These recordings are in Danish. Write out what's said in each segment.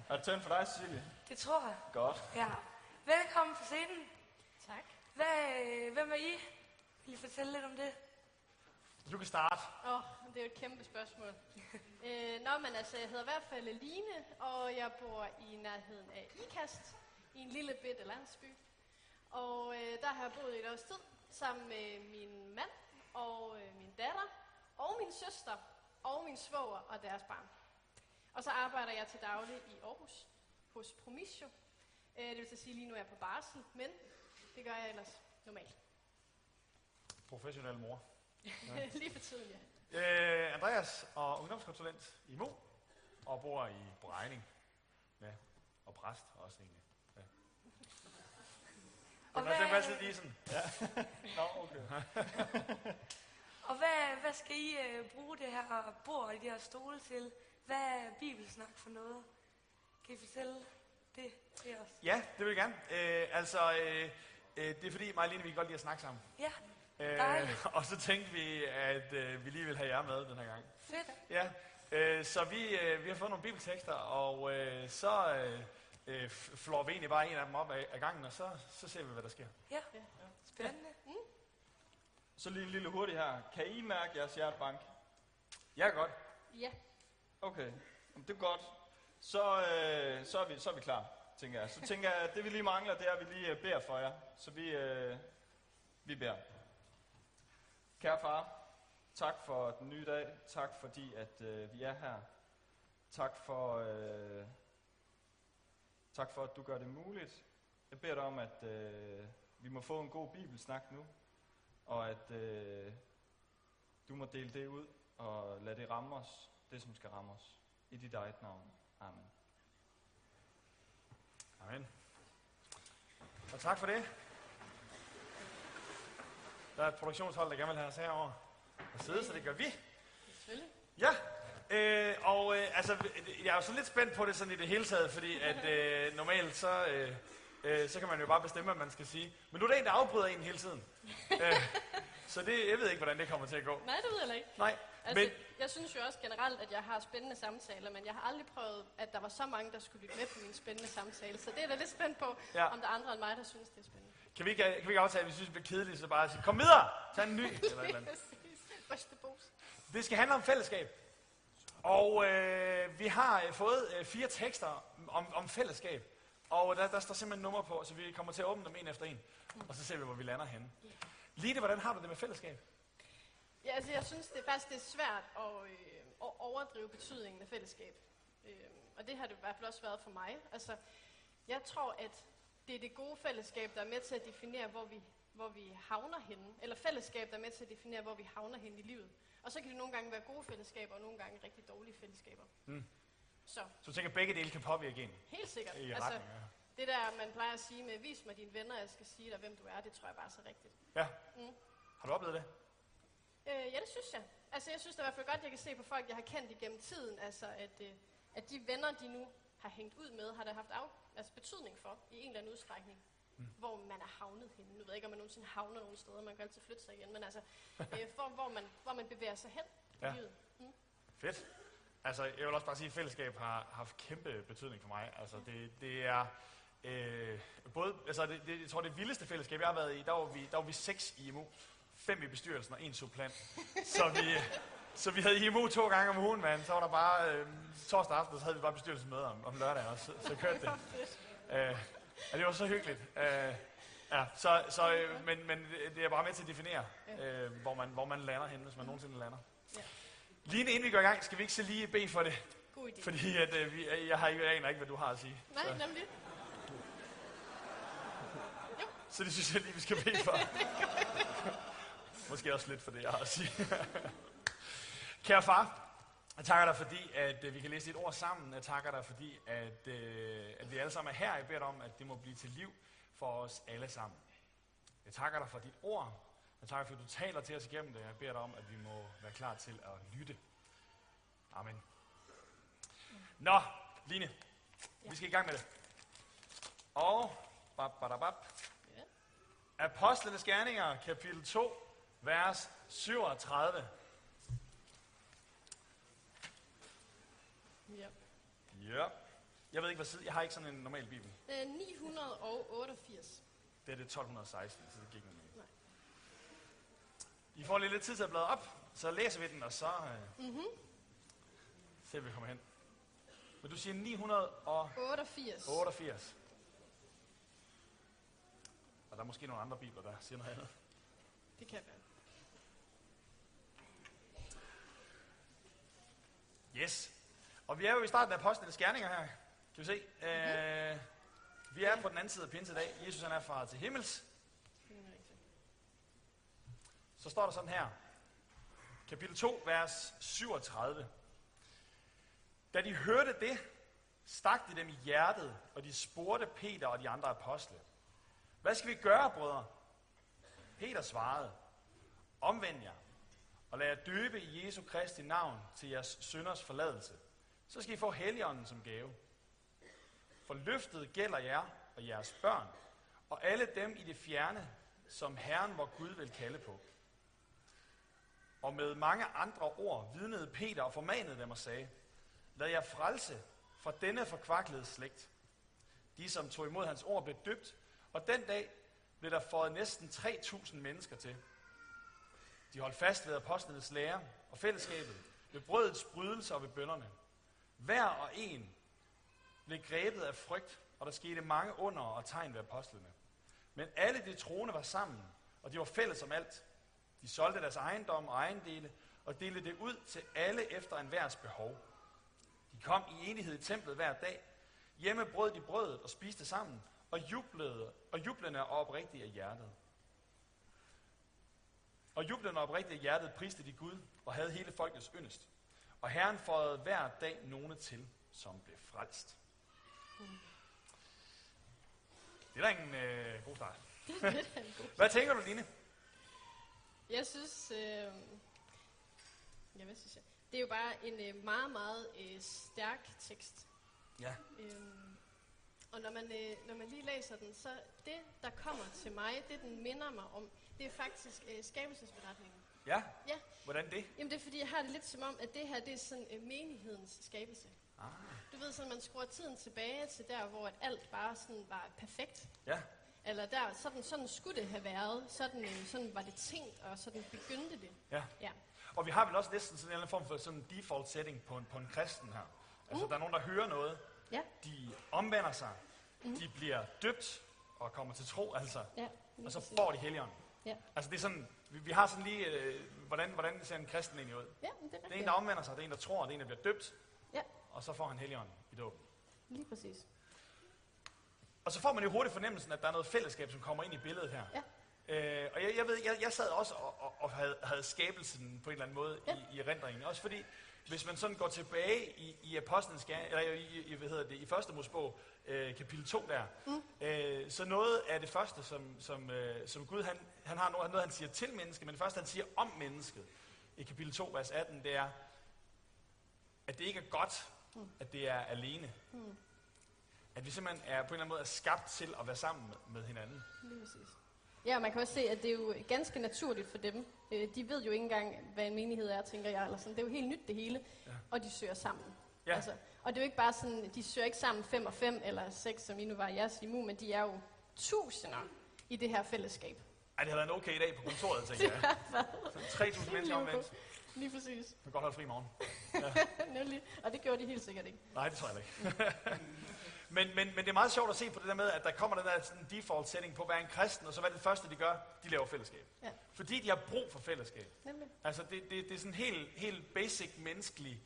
Er det tændt for dig, Cecilie? Det tror jeg. Godt. Ja. Velkommen på scenen. Tak. Hvem er I? Vil I fortælle lidt om det? Du kan starte. Det er jo et kæmpe spørgsmål. Men altså, jeg hedder i hvert fald Line, og jeg bor i nærheden af Ikast, i en lille bitte landsby. Og der har jeg boet i et års tid, sammen med min mand, og min datter, og min søster, og min svoger og deres barn. Og så arbejder jeg til daglig i Aarhus, hos Promisio. Det vil sige, lige nu er jeg på barsel, men det gør jeg ellers normalt. Professionel mor. Ja. Lige for tiden, ja. Andreas og ungdomskonsulent i Mo, og bor i Brejning. Ja, og præst også egentlig. Ja. Og det er altid lige sådan. Ja. Nå, okay. Og hvad skal I bruge det her bord i de her stole til? Hvad er bibelsnak for noget? Kan I fortælle det til os? Ja, det vil jeg gerne. Det er fordi mig og Line, vi kan godt lide at snakke sammen. Ja, dejligt. Og så tænkte vi, at vi lige vil have jer med den her gang. Fedt. Ja, så vi har fået nogle bibeltekster, og så flår vi egentlig bare en af dem op af gangen, og så ser vi, hvad der sker. Ja, spændende. Så lige en lille hurtig her. Kan I mærke jeres hjertebank? Ja, godt. Ja. Okay, det er godt. Så er vi klar, tænker jeg. Så tænker jeg, at det vi lige mangler, det er, at vi lige beder for jer. Så vi beder. Kære far, tak for den nye dag. Tak fordi, at vi er her. Tak for, at du gør det muligt. Jeg beder dig om, at vi må få en god bibelsnak nu. Og at du må dele det ud og lade det ramme os, det som skal ramme os. I dit eget navn. Amen. Amen. Og tak for det. Der er et produktionshold, der gerne vil have os herovre og sidde, så det gør vi. Selvfølgelig. Ja, jeg er jo så lidt spændt på det sådan i det hele taget, fordi at normalt så kan man jo bare bestemme, hvad man skal sige. Men nu er der en, der afbryder en hele tiden. Så jeg ved ikke, hvordan det kommer til at gå. Nej, det ved jeg heller ikke. Nej, Altså, men jeg synes jo også generelt, at jeg har spændende samtaler, men jeg har aldrig prøvet, at der var så mange, der skulle lytte med på min spændende samtale. Så det er da lidt spændt på, om der er andre end mig, der synes, det er spændende. Kan vi ikke aftale, at vi synes, det bliver kedeligt, så bare sige, kom videre, tag en ny. Eller et eller andet. Det skal handle om fællesskab. Og vi har fået 4 tekster om fællesskab. Og der står simpelthen nummer på, så vi kommer til at åbne dem en efter en. Og så ser vi, hvor vi lander henne. Line, hvordan har du det med fællesskab? Ja, altså jeg synes det er svært at overdrive betydningen af fællesskab. Og det har det i hvert fald også været for mig. Altså, jeg tror, at det er det gode fællesskab, der er med til at definere, hvor vi havner henne. Eller fællesskab, der er med til at definere, hvor vi havner henne i livet. Og så kan det nogle gange være gode fællesskaber, og nogle gange rigtig dårlige fællesskaber. Så du tænker, at begge dele kan påvirke en? Helt sikkert. I retning, ja. Det der, man plejer at sige med, vis mig dine venner, jeg skal sige dig, hvem du er, det tror jeg bare er så rigtigt. Ja. Har du oplevet det? Ja, det synes jeg. Altså, jeg synes det er i hvert fald godt, jeg kan se på folk, jeg har kendt igennem tiden, altså, at de venner, de nu har hængt ud med, har der haft betydning for, i en eller anden udstrækning, hvor man er havnet henne. Nu ved jeg ikke, om man nogensinde havner nogle steder, man kan altid flytte sig igen, men altså, hvor man bevæger sig hen i livet. Fedt. Altså, jeg vil også bare sige, at fællesskab har haft kæmpe betydning for mig. Altså, det er både, altså, jeg tror, det vildeste fællesskab, jeg har været i, der var vi 6 i IMU. 5 i bestyrelsen og 1 supplant. Så vi havde IMU 2 gange om ugen, mand. Så var der bare torsdag aften, så havde vi bare bestyrelsesmøde om lørdagen, og så kørte det. Og det var så hyggeligt. Men det er bare med til at definere, hvor man lander henne, hvis man nogensinde lander. Ja. Lige inden vi går i gang, skal vi ikke så lige bede for det? God idé. Fordi jeg aner ikke, hvad du har at sige. Nej, nemlig. Så det synes jeg lige, vi skal bede for. Måske også lidt for det, jeg har at sige. Kære far, jeg takker dig, fordi at vi kan læse et ord sammen. Jeg takker dig, fordi at vi alle sammen er her. Jeg beder dig om, at det må blive til liv for os alle sammen. Jeg takker dig for dit ord. Jeg takker dig, fordi du taler til os igennem det. Jeg beder dig om, at vi må være klar til at lytte. Amen. Nå, Line, vi skal i gang med det. Og Apostlenes Gerninger, kapitel 2, vers 37. Ja. Jeg ved ikke, hvad side. Jeg har ikke sådan en normal bibel. 988. Det er det 1216, så det gik med mig. Nej. I får lidt tid til at bladre op, så læser vi den, og så ser vi kommer hen. Men du siger 988. 88. Og der er måske nogle andre bibler, der siger noget andet. Det kan være. Yes. Og vi er jo i starten af apostlenes gerninger her. Kan vi se? Vi er på den anden side af pinse i dag. Jesus han er faret til himmels. Så står der sådan her. Kapitel 2, vers 37. Da de hørte det, stak de dem i hjertet, og de spurgte Peter og de andre apostle. Hvad skal vi gøre, brødre? Peter svarede. Omvend jer, og lad jer døbe i Jesu Kristi navn til jeres synders forladelse. Så skal I få Helligånden som gave. For løftet gælder jer og jeres børn, og alle dem i det fjerne, som Herren vor Gud vil kalde på. Og med mange andre ord vidnede Peter og formanede dem og sagde, lad jer frelse fra denne forkvaklede slægt. De, som tog imod hans ord, blev døbt, og den dag blev der fået næsten 3.000 mennesker til. De holdt fast ved apostlenes lære og fællesskabet, ved brødets brydelse og ved bønnerne. Hver og en blev grebet af frygt, og der skete mange under og tegn ved apostlene. Men alle de troende var sammen, og de var fælles om alt. De solgte deres ejendom og ejendele, og delte det ud til alle efter enhvers behov. De kom i enighed i templet hver dag. Hjemme brød de brødet og spiste sammen, og jublende og oprigtigt af hjertet. Og jublende og oprigtigt af hjertet priste de Gud, og havde hele folkets yndest. Og Herren fåede hver dag nogle til, som blev frelst. Det er da en god start. Hvad tænker du, Line? Jeg synes, hvad synes jeg? Det er jo bare en meget, meget stærk tekst. Ja. Og når man lige læser den, så det, der kommer til mig, det den minder mig om, det er faktisk skabelsesberetningen. Ja? Ja. Hvordan det? Jamen det er fordi, jeg har det lidt som om, at det her, det er sådan menighedens skabelse. Du ved sådan, man skruer tiden tilbage til der, hvor at alt bare sådan var perfekt. Ja. Eller der, sådan skulle det have været. Sådan var det tænkt, og sådan begyndte det. Ja. Ja. Og vi har vel også næsten sådan en eller anden form for sådan en default setting på en kristen her. Altså der er nogen, der hører noget. Ja. De omvender sig. De bliver døbt og kommer til tro, altså. Ja, og så får de Helligånden. Ja. Altså det er sådan, vi har sådan lige, hvordan ser en kristen egentlig ud? Ja, det er Det er en, der omvender sig, det er en, der tror, det er en, der bliver døbt. Ja. Og så får han Helligånden i dåben. Lige præcis. Og så får man jo hurtigt fornemmelsen, at der er noget fællesskab, som kommer ind i billedet her. Ja. Og jeg sad også og havde skabelsen på en eller anden måde i erindringen. Også fordi, hvis man sådan går tilbage i apostlenes eller i første Mosebog, kapitel 2 der, så noget af det første, som Gud, han har noget, han siger til mennesket, men det første, han siger om mennesket, i kapitel 2, vers 18, det er, at det ikke er godt, at det er alene. At vi simpelthen er på en eller anden måde er skabt til at være sammen med hinanden. Lige præcis. Ja, man kan også se, at det er jo ganske naturligt for dem. De ved jo ikke engang, hvad en menighed er, tænker jeg. Eller sådan. Det er jo helt nyt det hele, og de søger sammen. Ja. Altså, og det er jo ikke bare sådan, de søger ikke sammen 5 og 5 eller 6, som I nu var i jeres limu, men de er jo tusinder i det her fællesskab. Ej, det har været en okay dag på kontoret, tænker jeg. 3.000 mennesker omvendt. Lige præcis. Man kan godt holde fri i morgen. Nemlig. Og det gjorde de helt sikkert ikke. Nej, det tror jeg ikke. men det er meget sjovt at se på det der med, at der kommer den der sådan default setting på at være en kristen, og så hvad det første, de gør, de laver fællesskab. Ja. Fordi de har brug for fællesskab. Nemlig. Altså, det er sådan helt basic menneskelig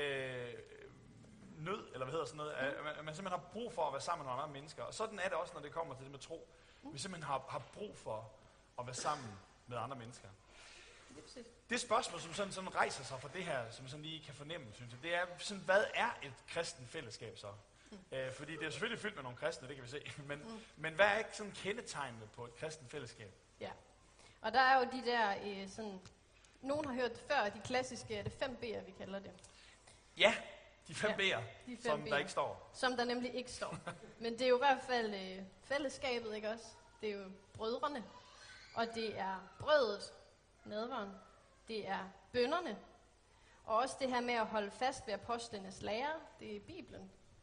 nød, eller hvad hedder sådan noget, at man simpelthen har brug for at være sammen med nogle andre mennesker. Og sådan er det også, når det kommer til det med tro. Vi simpelthen har brug for at være sammen med andre mennesker. Det spørgsmål, som sådan rejser sig fra det her, som sådan lige kan fornemme, synes jeg, det er sådan, hvad er et kristen fællesskab så? Fordi det er selvfølgelig fyldt med nogle kristne, det kan vi se, men hvad er ikke sådan kendetegnende på et kristen fællesskab? Ja, og der er jo de der, sådan, nogen har hørt før, de klassiske, det 5 B'er, vi kalder det. Ja, de 5 B'er, som der ikke står. Som der nemlig ikke står. Men det er jo i hvert fald fællesskabet, ikke også? Det er jo brødrene, og det er brødet, nadveren, det er bønnerne, og også det her med at holde fast ved apostlenes lære, det er Bibelen.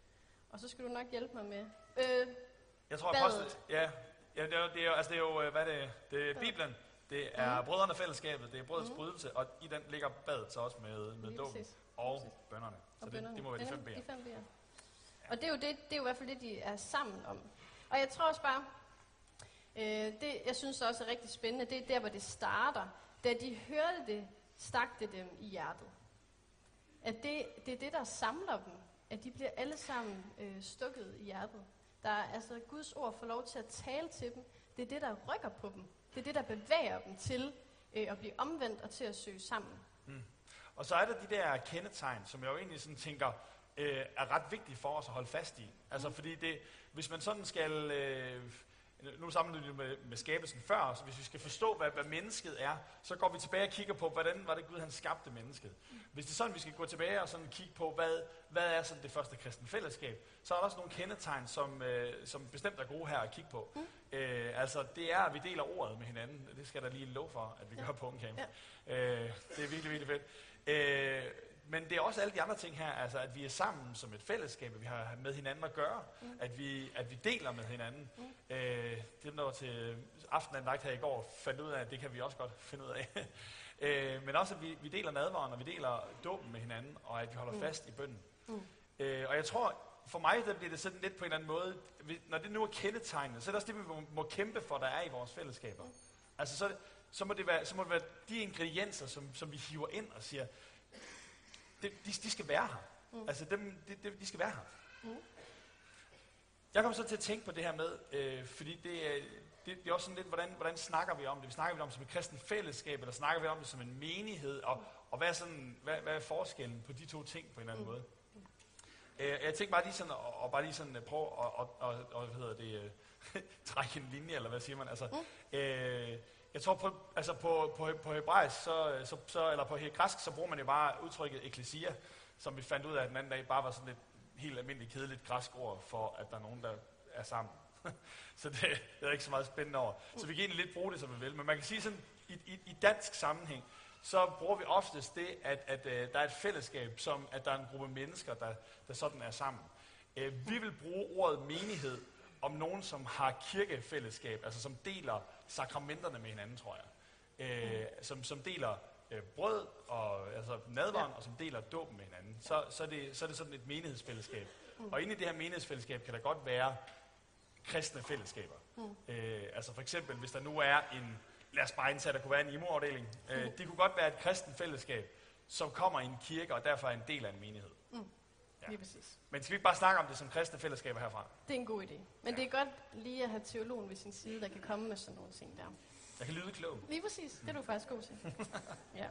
Og så skal du nok hjælpe mig med Jeg tror, badet. det er jo det er Bibelen, det er brødrene fællesskabet, det er brødets brydelse, og i den ligger badet så også med dåben og bønnerne. Så det må være de 5 b'er. De 5 b'er. Og det er jo i hvert fald det, de er sammen om. Og jeg tror også bare, det jeg synes også er rigtig spændende, det er der, hvor det starter. Da de hørte det, stak det dem i hjertet. At det er det, der samler dem. At de bliver alle sammen stukket i hjertet. Altså Guds ord får lov til at tale til dem. Det er det, der rykker på dem. Det er det, der bevæger dem til at blive omvendt og til at søge sammen. Og så er der de der kendetegn, som jeg jo egentlig sådan tænker, er ret vigtige for os at holde fast i. Altså fordi hvis man sådan skal, nu sammenligner vi med skabelsen før, så hvis vi skal forstå, hvad mennesket er, så går vi tilbage og kigger på, hvordan var det Gud, han skabte mennesket. Hvis det er sådan, vi skal gå tilbage og sådan kigge på, hvad er sådan det første kristne fællesskab, så er der også nogle kendetegn, som bestemt er gode her at kigge på. Altså det er, at vi deler ordet med hinanden. Det skal der lige lov for, at vi gør på Ungcamp. Det er virkelig, virkelig fedt. Men det er også alle de andre ting her, altså at vi er sammen som et fællesskab, at vi har med hinanden at gøre, at vi deler med hinanden. Det der var til aftenandagt her i går, fandt ud af, at det kan vi også godt finde ud af. Men også, at vi deler nadveren, og vi deler dåben med hinanden, og at vi holder fast i bønnen. Og jeg tror, for mig der bliver det sådan lidt på en eller anden måde, når det nu er kendetegnet, så er det også det, vi må kæmpe for, der er i vores fællesskaber. Altså så må det være de ingredienser, som vi hiver ind og siger, de skal være her. Altså de skal være her. Jeg kom så til at tænke på det her med, fordi det er også sådan lidt, hvordan snakker vi om det? Vi snakker om det som et kristent fællesskab, eller snakker vi om det som en menighed, og hvad er forskellen på de to ting på en eller anden måde? Jeg tænkte bare lige sådan, prøve at trække en linje, eller hvad siger man? Altså, jeg tror på hebraisk, eller på græsk, så bruger man jo bare udtrykket eklesia, som vi fandt ud af den anden dag, bare var sådan et helt almindeligt, kedeligt græsk ord for, at der er nogen, der er sammen. Så det er ikke så meget spændende over. Så vi kan egentlig lidt bruge det, som vi vil. Men man kan sige sådan, i dansk sammenhæng, så bruger vi oftest det, at der er et fællesskab, som at der er en gruppe mennesker, der sådan er sammen. Vi vil bruge ordet menighed om nogen, som har kirkefællesskab, altså som deler sakramenterne med hinanden, tror jeg. Som deler brød og altså nadveren, og som deler dåben med hinanden. Så er det sådan et menighedsfællesskab. Og inde i det her menighedsfællesskab kan der godt være kristne fællesskaber. Altså for eksempel, hvis der nu er lad os bare indsætte, der kunne være en IMO-afdeling. Det kunne godt være et kristen fællesskab, som kommer i en kirke, og derfor er en del af en menighed. Ja. Lige præcis. Men skal vi ikke bare snakke om det som kristne fællesskaber herfra? Det er en god idé. Men det er godt lige at have teologen ved sin side, der kan komme med sådan nogle ting der. Jeg kan lyde klog. Lige præcis. Det er du faktisk god til. Ja.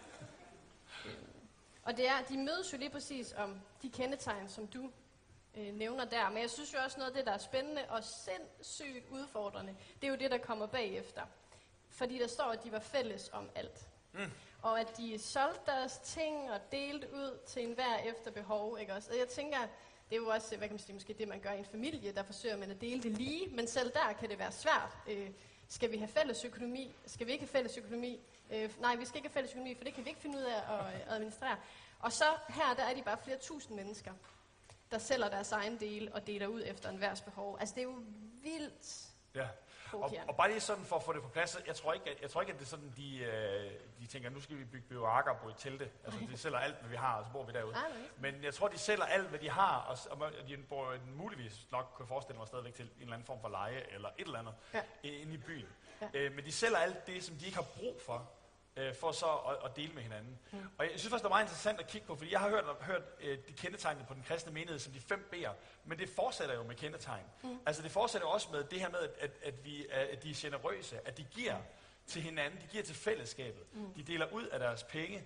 Og de mødes jo lige præcis om de kendetegn, som du nævner der. Men jeg synes jo også noget af det, der er spændende og sindssygt udfordrende, det er jo det, der kommer bagefter. Fordi der står, at de var fælles om alt. Og at de solgte deres ting og delte ud til enhver efter behov. Ikke også? Og jeg tænker, det er jo også, hvad kan man sige, måske det, man gør i en familie, der forsøger man at dele det lige. Men selv der kan det være svært. Skal vi have fælles økonomi? Skal vi ikke have fælles økonomi? Nej, vi skal ikke have fælles økonomi, for det kan vi ikke finde ud af at administrere. Og så her, der er de bare flere tusind mennesker, der sælger deres egen del og deler ud efter enhvers behov. Altså det er jo vildt. Ja. Og bare lige sådan for at få det på plads, jeg tror ikke, at det er sådan, de tænker, nu skal vi bygge bioarker og bo i telte. Altså, de sælger alt, hvad vi har, og så bor vi derude. Men jeg tror, de sælger alt, hvad de har, og de bor muligvis nok, kan forestille mig stadigvæk til en eller anden form for leje, eller et eller andet, inde i byen. Ja. Men de sælger alt det, som de ikke har brug for så at dele med hinanden. Og jeg synes faktisk, det er meget interessant at kigge på, fordi jeg har hørt de kendetegnene på den kristne menighed som de 5 B'er, men det fortsætter jo med kendetegn. Altså det fortsætter jo også med det her med, at de er generøse, at de giver til hinanden, de giver til fællesskabet, de deler ud af deres penge,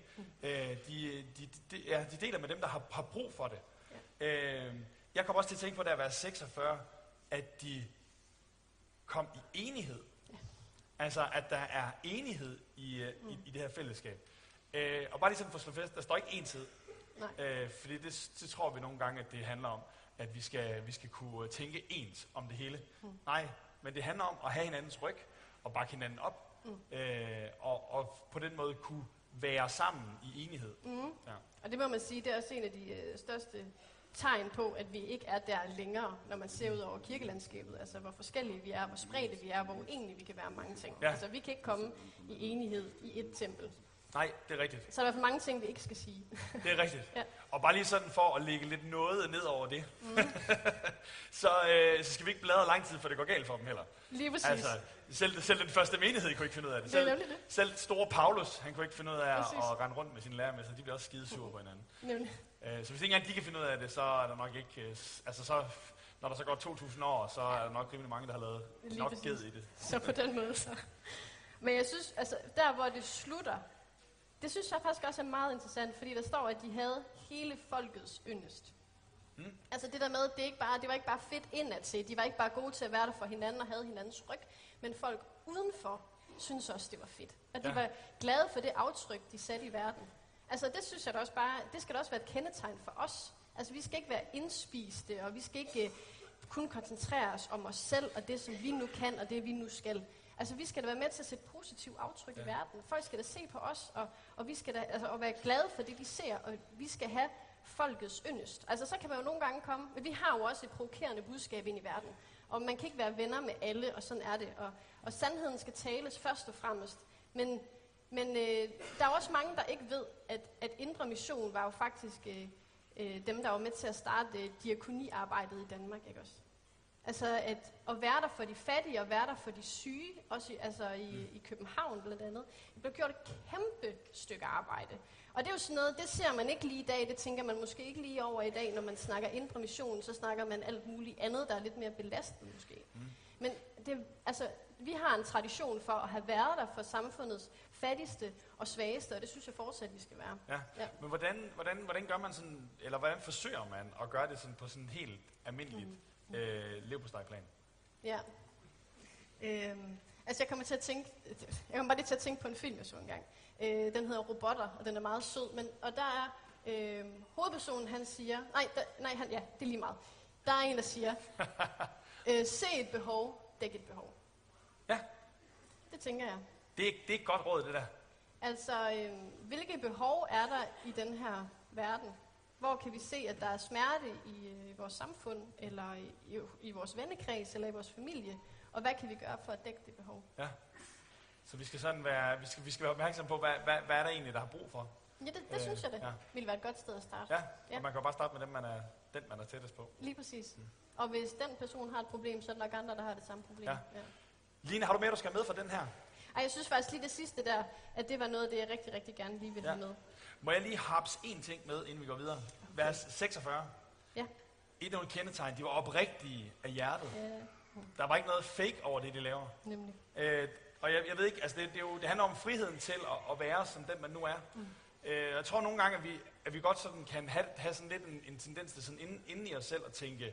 de deler med dem, der har brug for det. Jeg kom også til at tænke på, da jeg var 46, at de kom i enighed. Altså, at der er enighed i det her fællesskab. Og bare lige sådan for at slå fast, der står ikke én tid. Fordi det tror vi nogle gange, at det handler om, at vi skal kunne tænke ens om det hele. Nej, men det handler om at have hinandens ryg, og bakke hinanden op, og på den måde kunne være sammen i enighed. Ja. Og det må man sige, det er også en af de største tegn på, at vi ikke er der længere, når man ser ud over kirkelandskabet. Altså, hvor forskellige vi er, hvor spredte vi er, hvor uenige vi kan være om mange ting. Ja. Altså, vi kan ikke komme i enighed i et tempel. Nej, det er rigtigt. Så er der i hvert fald mange ting, vi ikke skal sige. Det er rigtigt. Ja. Og bare lige sådan for at lægge lidt noget ned over det, så skal vi ikke bladre lang tid, for det går galt for dem heller. Lige præcis. Altså, selv den første menighed kunne ikke finde ud af det. Det er nemlig det. Selv store Paulus, han kunne ikke finde ud af Præcis. at rende rundt med sine lærermestre. De bliver også skidesure på hinanden. Nemlig. Så hvis ikke engang de kan finde ud af det, så er der nok ikke... så, når der så går 2000 år, så er der nok rimelig mange, der har lavet Lige nok præcis. ged i det. Så på den måde så. Men jeg synes, altså der hvor det slutter, det synes jeg faktisk også er meget interessant, fordi der står, at de havde hele folkets yndest. Altså det der med, det var ikke bare fedt indad til, de var ikke bare gode til at være der for hinanden og havde hinandens ryg, men folk udenfor synes også, det var fedt. At de var glade for det aftryk, de satte i verden. Altså det synes jeg da også bare, det skal da også være et kendetegn for os. Altså vi skal ikke være indspiste, og vi skal ikke kun koncentrere os om os selv, og det som vi nu kan, og det vi nu skal. Altså vi skal da være med til at sætte positivt aftryk i verden. Folk skal da se på os, og vi skal da og være glade for det, de ser, og vi skal have folkets yndest. Altså så kan man jo nogle gange komme, men vi har jo også et provokerende budskab ind i verden. Og man kan ikke være venner med alle, og sådan er det. Og sandheden skal tales først og fremmest. Men der er også mange, der ikke ved, at Indre Mission var jo faktisk dem, der var med til at starte diakoniarbejdet i Danmark, ikke også? Altså at være der for de fattige og være der for de syge, også i København blandt andet, det blev gjort et kæmpe stykke arbejde. Og det er jo sådan noget, det ser man ikke lige i dag, det tænker man måske ikke lige over i dag, når man snakker Indre Mission, så snakker man alt muligt andet, der er lidt mere belastende måske. Men vi har en tradition for at have været der for samfundets fattigste og svageste, og det synes jeg fortsat, vi skal være. Ja. Men hvordan gør man sådan, eller hvordan forsøger man at gøre det sådan på sådan helt almindeligt leverpostejplan? Ja. Jeg kommer bare lige til at tænke på en film, jeg så engang. Den hedder Robotter, og den er meget sød, og der er hovedpersonen, han siger, det er lige meget. Der er en, der siger, se et behov, dæk et behov. Ja. Det tænker jeg. Det er et godt råd, det der. Altså, hvilke behov er der i den her verden? Hvor kan vi se, at der er smerte i vores samfund, eller i vores vennekreds, eller i vores familie? Og hvad kan vi gøre for at dække det behov? Ja. Så vi skal sådan vi skal være opmærksomme på, hvad er der egentlig, der har brug for? Ja, det synes jeg det ville være et godt sted at starte. Ja, og man kan jo bare starte med den, man er tættest på. Lige præcis. Og hvis den person har et problem, så er der nok andre, der har det samme problem. Ja. Line, har du mere, du skal med for den her? Ej, jeg synes faktisk lige det sidste der, at det var noget af det, jeg rigtig, rigtig gerne lige ville have med. Må jeg lige hapse en ting med, inden vi går videre? Okay. Vers 46. Ja. Et af nogle kendetegn, de var oprigtige af hjertet. Ja. Der var ikke noget fake over det, de laver. Nemlig. Og jeg ved ikke, altså det handler om friheden til at være som den, man nu er. Jeg tror nogle gange, at vi godt sådan kan have sådan lidt en tendens til sådan inde i os selv at tænke,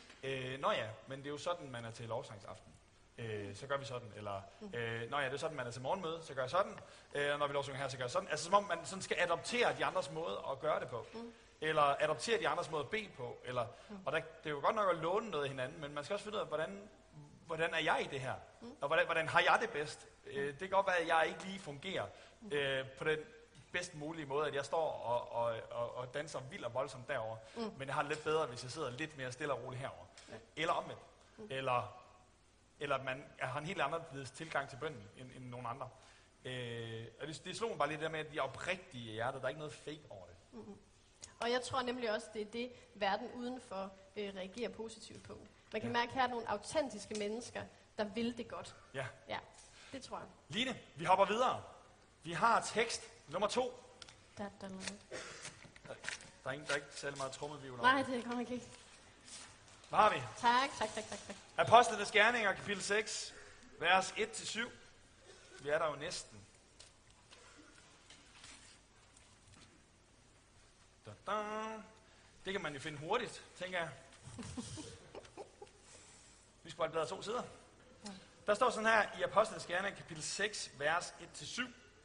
men det er jo sådan, man er til lovsangsaften. Så gør vi sådan, eller det er sådan, man er til morgenmøde, så gør jeg sådan, og når vi lovsynger her, så gør jeg sådan. Altså som om man sådan skal adoptere de andres måde at gøre det på, eller adoptere de andres måde at bede på, og det er jo godt nok at låne noget af hinanden, men man skal også finde ud af, hvordan er jeg i det her, og hvordan har jeg det bedst. Det kan godt være, at jeg ikke lige fungerer på den bedst mulige måde, at jeg står og danser vildt og voldsomt derovre, men jeg har det lidt bedre, hvis jeg sidder lidt mere stille og roligt herovre. Eller omvendt. Eller at man har en helt anderledes tilgang til bønnen end nogen andre. Og det slog mig bare lidt der med, at de er oprigtige i hjertet. Der er ikke noget fake over det. Og jeg tror nemlig også, det er det, verden udenfor reagerer positivt på. Man kan mærke, at her er nogle autentiske mennesker, der vil det godt. Ja. Ja, det tror jeg. Line, vi hopper videre. Vi har tekst nummer 2. Der er ikke særlig meget trommelvivl over. Nej, det kommer ikke. Hvad har vi? Tak. Apostlenes Gerninger, kapitel 6, vers 1-7. Vi er der jo næsten. Det kan man jo finde hurtigt, tænker jeg. Vi skal bare bladre 2 sider. Der står sådan her i Apostlenes Gerninger, kapitel 6, vers 1-7.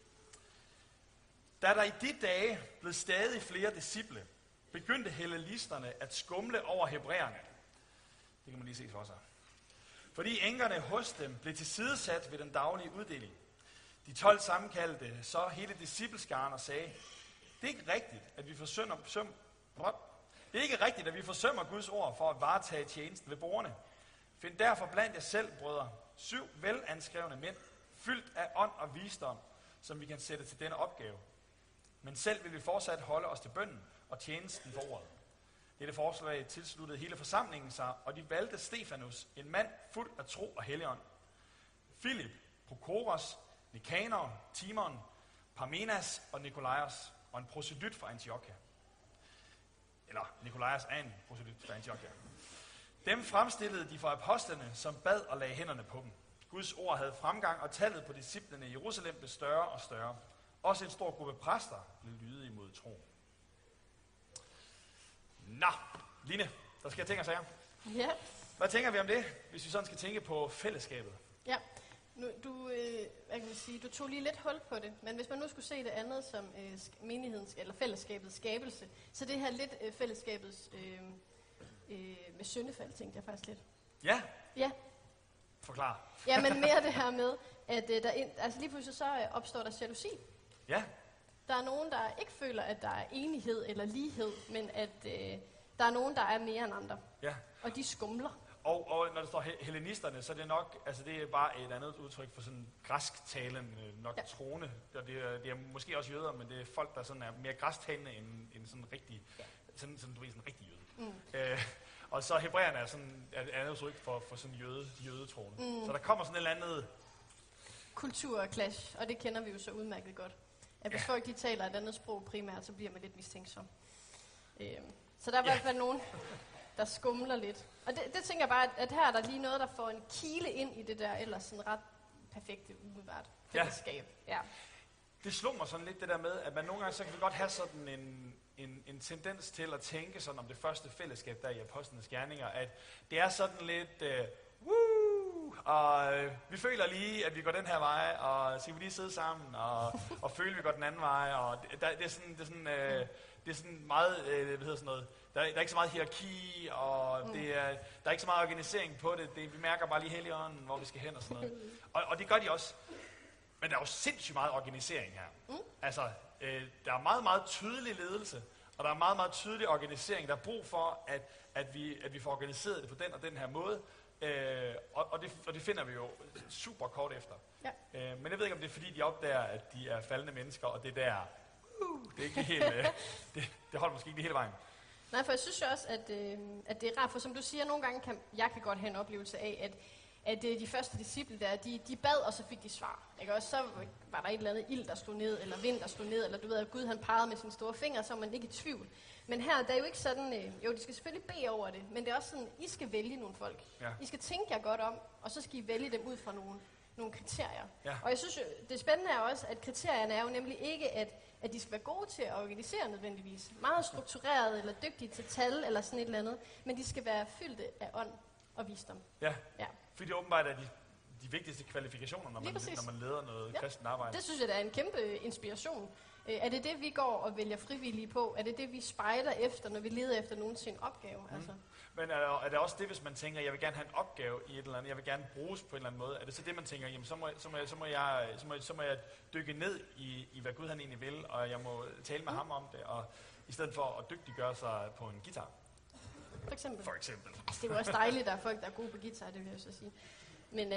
Da der i de dage blev stadig flere disciple, begyndte hellenisterne at skumle over hebræerne. Det kan man lige se for sig. Fordi enkerne hos dem blev tilsidesat ved den daglige uddeling. De 12 sammenkaldte så hele discipleskaren og sagde, det er ikke rigtigt, at vi Det er ikke rigtigt, at vi forsømmer Guds ord for at varetage tjenesten ved bordene. Find derfor blandt jer selv, brødre, 7 velanskrevne mænd, fyldt af ånd og visdom, som vi kan sætte til denne opgave. Men selv vil vi fortsat holde os til bønnen og tjenesten for ordet. Dette forslag tilsluttede hele forsamlingen sig, og de valgte Stefanus, en mand fuld af tro og helligånd. Filip, Prokoros, Nikanor, Timon, Parmenas og Nikolaios, og en proselyt fra Antiochia. Eller Nikolaios er en proselyt fra Antiochia. Dem fremstillede de for apostlene, som bad og lagde hænderne på dem. Guds ord havde fremgang, og tallet på disciplene i Jerusalem blev større og større. Også en stor gruppe præster blev lydige imod tro. Nå, Line, der skal jeg tænke og sager. Ja. Hvad tænker vi om det, hvis vi sådan skal tænke på fællesskabet? Ja, du tog lige lidt hul på det, men hvis man nu skulle se det andet som menighedens eller fællesskabets skabelse, så det her lidt fællesskabets med syndefald, tænkte jeg faktisk lidt. Ja? Ja. Forklar. Ja, men mere det her med, at lige pludselig så opstår der jalousi. Ja. Der er nogen, der ikke føler, at der er enighed eller lighed, men at der er nogen, der er mere end andre. Ja. Og de skumler. Og når der står hellenisterne, så er det nok, altså det er bare et andet udtryk for sådan græsktalende, nok ja. Troende. Og det er måske også jøder, men det er folk, der sådan er mere græsktalende end sådan rigtig, ja. sådan du ved, sådan rigtig jøde. Og så hebræerne er sådan et andet udtryk for sådan jødetroende. Så der kommer sådan et eller andet kulturclash, og det kender vi jo så udmærket godt. At hvis folk de taler et andet sprog primært, så bliver man lidt mistænksom. Så der er i hvert fald nogen, der skumler lidt. Og det tænker jeg bare, at her er der lige noget, der får en kile ind i det der ellers sådan ret perfekte umiddelbart fællesskab. Ja. Det slog mig sådan lidt det der med, at man nogle gange så kan vi godt have sådan en tendens til at tænke sådan om det første fællesskab der i Apostlenes Gerninger, at det er sådan lidt og vi føler lige, at vi går den her vej, og skal vi lige sidde sammen, og føle, at vi går den anden vej, og det er sådan meget, der er ikke så meget hierarki, og der er ikke så meget organisering på det. Vi mærker bare lige Helligånden, hvor vi skal hen og sådan noget. Og det gør de også. Men der er jo sindssygt meget organisering her. Altså, der er meget, meget tydelig ledelse, og der er meget, meget tydelig organisering. Der er brug for, at vi får organiseret det på den og den her måde. Og det finder vi jo super kort efter. Ja. Men jeg ved ikke, om det er fordi, de opdager, at de er faldende mennesker, og det der, det er ikke helt, det holder måske ikke hele vejen. Nej, for jeg synes jo også, at det er rart, for som du siger, nogle gange kan jeg godt have en oplevelse af, at de første disciple der, de bad, og så fik de svar. Ikke? Og så var der et eller andet ild, der slog ned, eller vind, der slog ned, eller du ved, at Gud han pegede med sine store fingre, så er man ikke i tvivl. Men her, der er jo ikke sådan, jo, de skal selvfølgelig bede over det, men det er også sådan, I skal vælge nogle folk. Ja. I skal tænke jer godt om, og så skal I vælge dem ud fra nogle kriterier. Ja. Og jeg synes jo, det spændende er også, at kriterierne er jo nemlig ikke, at de skal være gode til at organisere nødvendigvis. Meget struktureret, eller dygtige til tal, eller sådan et eller andet. Men de skal være fyldte af ånd og visdom. Ja. Fordi det åbenbart er de vigtigste kvalifikationer, når man leder noget kristent arbejde. Det synes jeg, der er en kæmpe inspiration. Er det det, vi går og vælger frivillige på? Er det det, vi spejder efter, når vi leder efter nogen sin opgave? Altså? Men er det også det, hvis man tænker, jeg vil gerne have en opgave i et eller andet, jeg vil gerne bruges på en eller anden måde? Er det så det, man tænker, jamen så må jeg dykke ned i, hvad Gud han egentlig vil, og jeg må tale med ham om det, og i stedet for at dygtiggøre sig på en guitar? For eksempel. Altså, det er jo også dejligt, at der er folk, der er gode på guitar, det vil jeg så sige. Men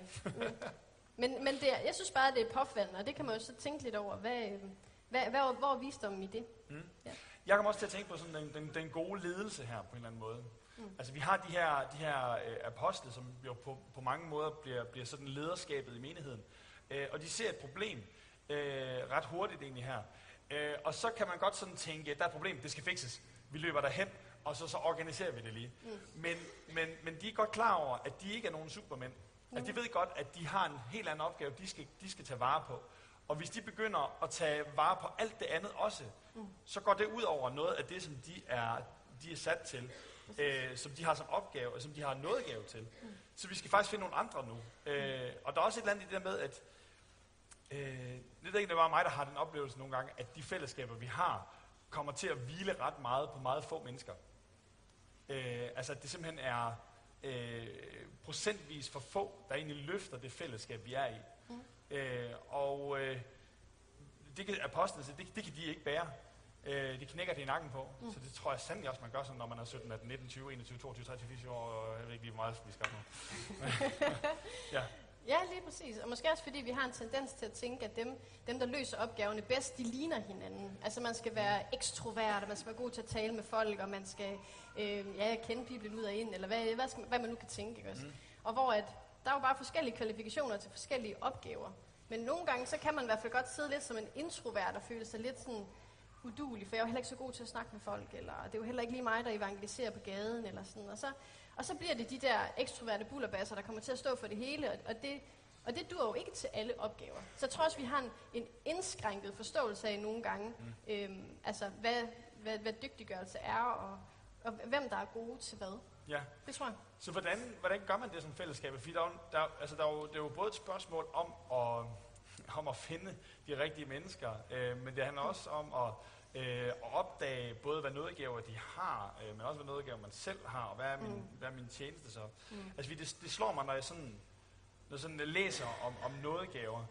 jeg synes bare, at det er påfaldende, og det kan man jo så tænke lidt over. Hvor er visdommen i det? Ja. Jeg kommer også til at tænke på sådan den gode ledelse her på en eller anden måde. Altså vi har de her apostle, som jo på mange måder bliver sådan lederskabet i menigheden. Og de ser et problem ret hurtigt egentlig her. Og så kan man godt sådan tænke, at der er et problem, det skal fikses. Vi løber derhen, og så organiserer vi det lige. Men de er godt klar over, at de ikke er nogen supermænd. Altså de ved godt, at de har en helt anden opgave, de skal tage vare på. Og hvis de begynder at tage vare på alt det andet også, så går det ud over noget af det, som de er sat til, som de har som opgave, og som de har nådegave til. Så vi skal faktisk finde nogle andre nu. Og der er også et eller andet i det der med, at det er ikke bare mig, der har den oplevelse nogle gange, at de fællesskaber, vi har, kommer til at hvile ret meget på meget få mennesker. Altså at det simpelthen er procentvis for få, der egentlig løfter det fællesskab, vi er i. Det kan apostlene sige, det kan de ikke bære. De knækker det i nakken på. Så det tror jeg sandelig også, man gør sådan, når man er 17, 18, 19, 20, 21, 22, 23, 24 år, og jeg ved ikke lige, hvor meget vi skal nu. Ja. Ja, lige præcis. Og måske også fordi vi har en tendens til at tænke, at dem der løser opgaverne bedst, de ligner hinanden. Altså man skal være ekstrovert, og man skal være god til at tale med folk, og man skal kende Bibelen ud og ind, eller hvad man nu kan tænke. Ikke også? Og hvor der er jo bare forskellige kvalifikationer til forskellige opgaver. Men nogle gange, så kan man i hvert fald godt sidde lidt som en introvert og føle sig lidt sådan uduelig, for jeg er jo heller ikke så god til at snakke med folk, eller det er jo heller ikke lige mig, der evangeliserer på gaden, eller sådan. Og så bliver det de der ekstroverte bullerbasser, der kommer til at stå for det hele, og det duer jo ikke til alle opgaver. Så jeg tror også, vi har en indskrænket forståelse af nogle gange, altså hvad dygtiggørelse er, og hvem der er gode til hvad. Ja. Det tror jeg. Så hvordan gør man det som fællesskab? Fordi det er jo både et spørgsmål om at finde de rigtige mennesker, men det handler også om at opdage både, hvad nådegaver de har, men også, hvad nådegaver man selv har, og hvad er min tjeneste så. Altså, det slår mig, når jeg sådan læser om nådegaver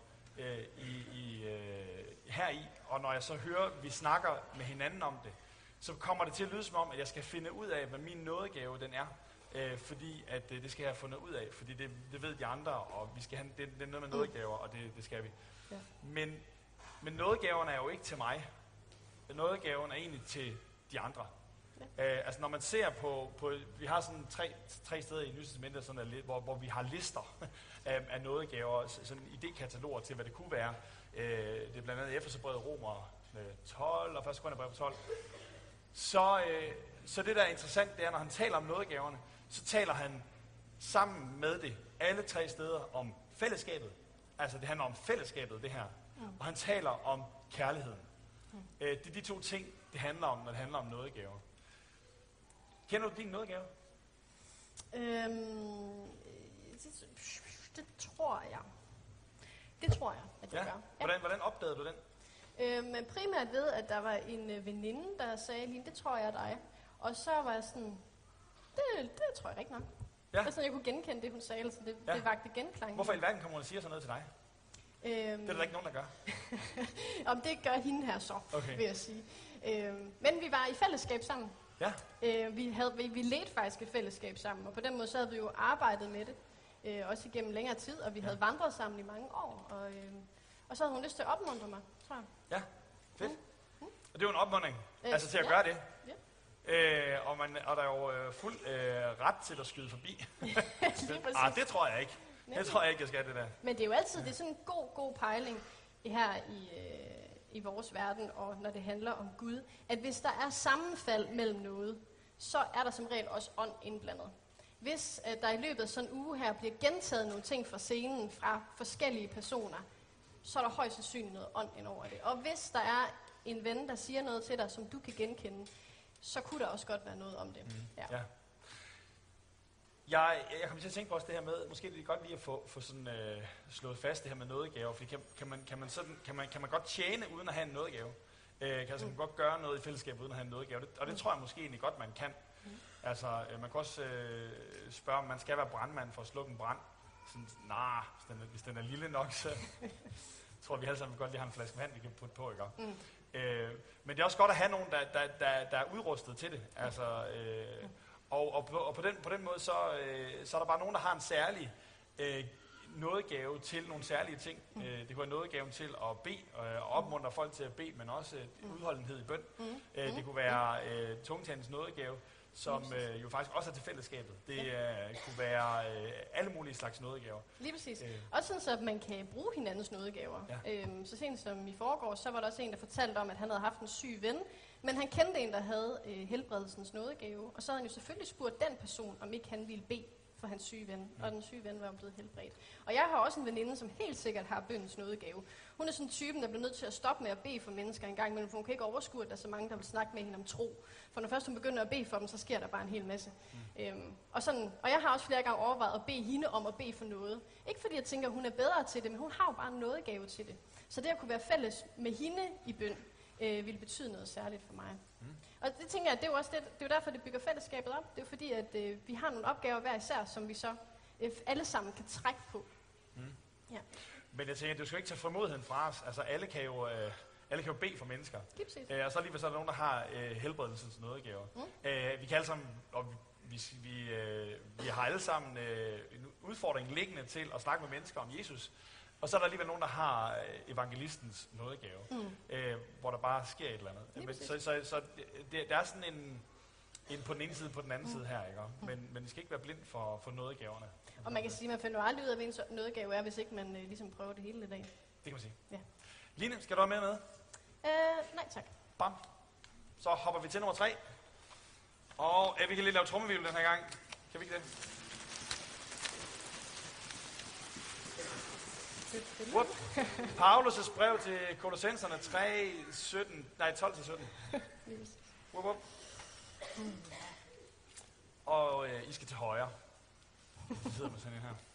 heri, og når jeg så hører, vi snakker med hinanden om det, så kommer det til at lyde som om, at jeg skal finde ud af, hvad min nådegave den er. Fordi at det skal jeg have fundet ud af, fordi det ved de andre, og vi skal have, det er noget med nådegaver, og det skal vi. Ja. Men nådegaverne er jo ikke til mig. Nådegaven er egentlig til de andre. Ja. Altså når man ser på vi har sådan tre steder i Nye Testamentet, hvor vi har lister af nådegaver, sådan idékataloger til, hvad det kunne være. Det er blandt andet Efeserbrevet, Romer 12 og 1. Korintherbrevet 12. Så det, der er interessant, det er, når han taler om nådegaverne, så taler han sammen med det alle tre steder om fællesskabet. Altså det handler om fællesskabet, det her. Og han taler om kærligheden. Det er de to ting, det handler om, når det handler om nådegaver. Kender du din nådegave? Det tror jeg. Det tror jeg, at jeg gør. Ja. Hvordan opdagede du den? Men primært ved, at der var en veninde, der sagde, Line, det tror jeg er dig. Og så var jeg sådan, det tror jeg rigtig nok. Ja. Altså, jeg kunne genkende det, hun sagde, altså det vagte genklang. Hvorfor i alverden kommer hun og siger sådan noget til dig? Det er der ikke nogen, der gør. Om det gør hende her så, vil jeg sige. Men vi var i fællesskab sammen. Ja. Vi ledte faktisk et fællesskab sammen, og på den måde så havde vi jo arbejdet med det, også igennem længere tid, og vi havde vandret sammen i mange år, og så havde hun lyst til at opmuntre mig, tror jeg. Ja, fedt. Og det er jo en opmuntring, altså til at gøre det. Ja. Og der er jo fuld ret til at skyde forbi. Det tror jeg ikke. Det tror jeg ikke, jeg skal det der. Men det er jo altid, det er sådan en god pejling her i vores verden, og når det handler om Gud, at hvis der er sammenfald mellem noget, så er der som regel også ånd indblandet. Hvis der i løbet af sådan en uge her bliver gentaget nogle ting fra scenen fra forskellige personer, så er der højst sandsynligt noget ånd ind over det. Og hvis der er en ven, der siger noget til dig, som du kan genkende, så kunne der også godt være noget om det. Ja. Jeg kommer til at tænke på også det her med, måske det er godt lige at få sådan, slået fast det her med nådegaver, fordi kan man godt tjene uden at have en nådegave? Kan man godt gøre noget i fællesskab uden at have en nådegave? Og det tror jeg måske egentlig godt, man kan. Altså, man kan også spørge, om man skal være brandmand for at slukke en brand. Sådan, hvis den er lille nok, så tror vi alle sammen godt lige har en flaske vand, vi kan putte på, ikke? Men det er også godt at have nogen, der er udrustet til det. Altså, og på den måde, så er der bare nogen, der har en særlig nådegave til nogle særlige ting. Det kunne være nådegaven til at bede, og opmuntre folk til at bede, men også udholdenhed i bøn. Det kunne være tungetandens nådegave, som jo faktisk også er til fællesskabet. Det kunne være alle mulige slags nådegaver. Lige præcis. Også sådan, så at man kan bruge hinandens nådegaver. Ja. Så sent som i forgårs, så var der også en, der fortalte om, at han havde haft en syg ven, men han kendte en, der havde helbredelsens nådegave, og så havde han jo selvfølgelig spurgt den person, om ikke han ville bede for hans syge ven, og den syge ven var blevet helbredt. Og jeg har også en veninde, som helt sikkert har bøndens nådegave. Hun er sådan en typen, der bliver nødt til at stoppe med at bede for mennesker en gang, men hun kan ikke overskue, at der er så mange, der vil snakke med hende om tro. For når først hun begynder at bede for dem, så sker der bare en hel masse. Og jeg har også flere gange overvejet at bede hende om at bede for noget. Ikke fordi jeg tænker, at hun er bedre til det, men hun har jo bare en nådegave til det. Så det at kunne være fælles med hende i bøn, ville betyde noget særligt for mig. Og det tænker jeg, det er jo også det er jo derfor, det bygger fællesskabet op. Det er jo fordi, at vi har nogle opgaver hver især, som vi så alle sammen kan trække på. Ja. Men jeg tænker, du skal ikke tage formodigheden fra os. Altså alle Alle kan jo bede for mennesker. Lige Og så alligevel så er der nogen, der har helbredelsens nådegaver. Vi kan alle sammen, og vi har alle sammen en udfordring liggende til at snakke med mennesker om Jesus. Og så er der alligevel nogen, der har evangelistens nådegave, hvor der bare sker et eller andet. Så der er sådan en på den ene side på den anden side her, ikke? Men I skal ikke være blind for nådegaverne. Og man kan sige, at man finder aldrig ud af, hvad en nådegave er, hvis ikke man ligesom prøver det hele i dag. Det kan man sige. Ja. Line, skal du være med? Nej tak. Bam. Så hopper vi til nummer 3. Og vi kan lige lave trommevirvel den her gang. Kan vi ikke det? Whoop. Paulus' brev til Kolossenserne 12-17. Whoop, whoop. Og I skal til højre. I sidder med sådan en her.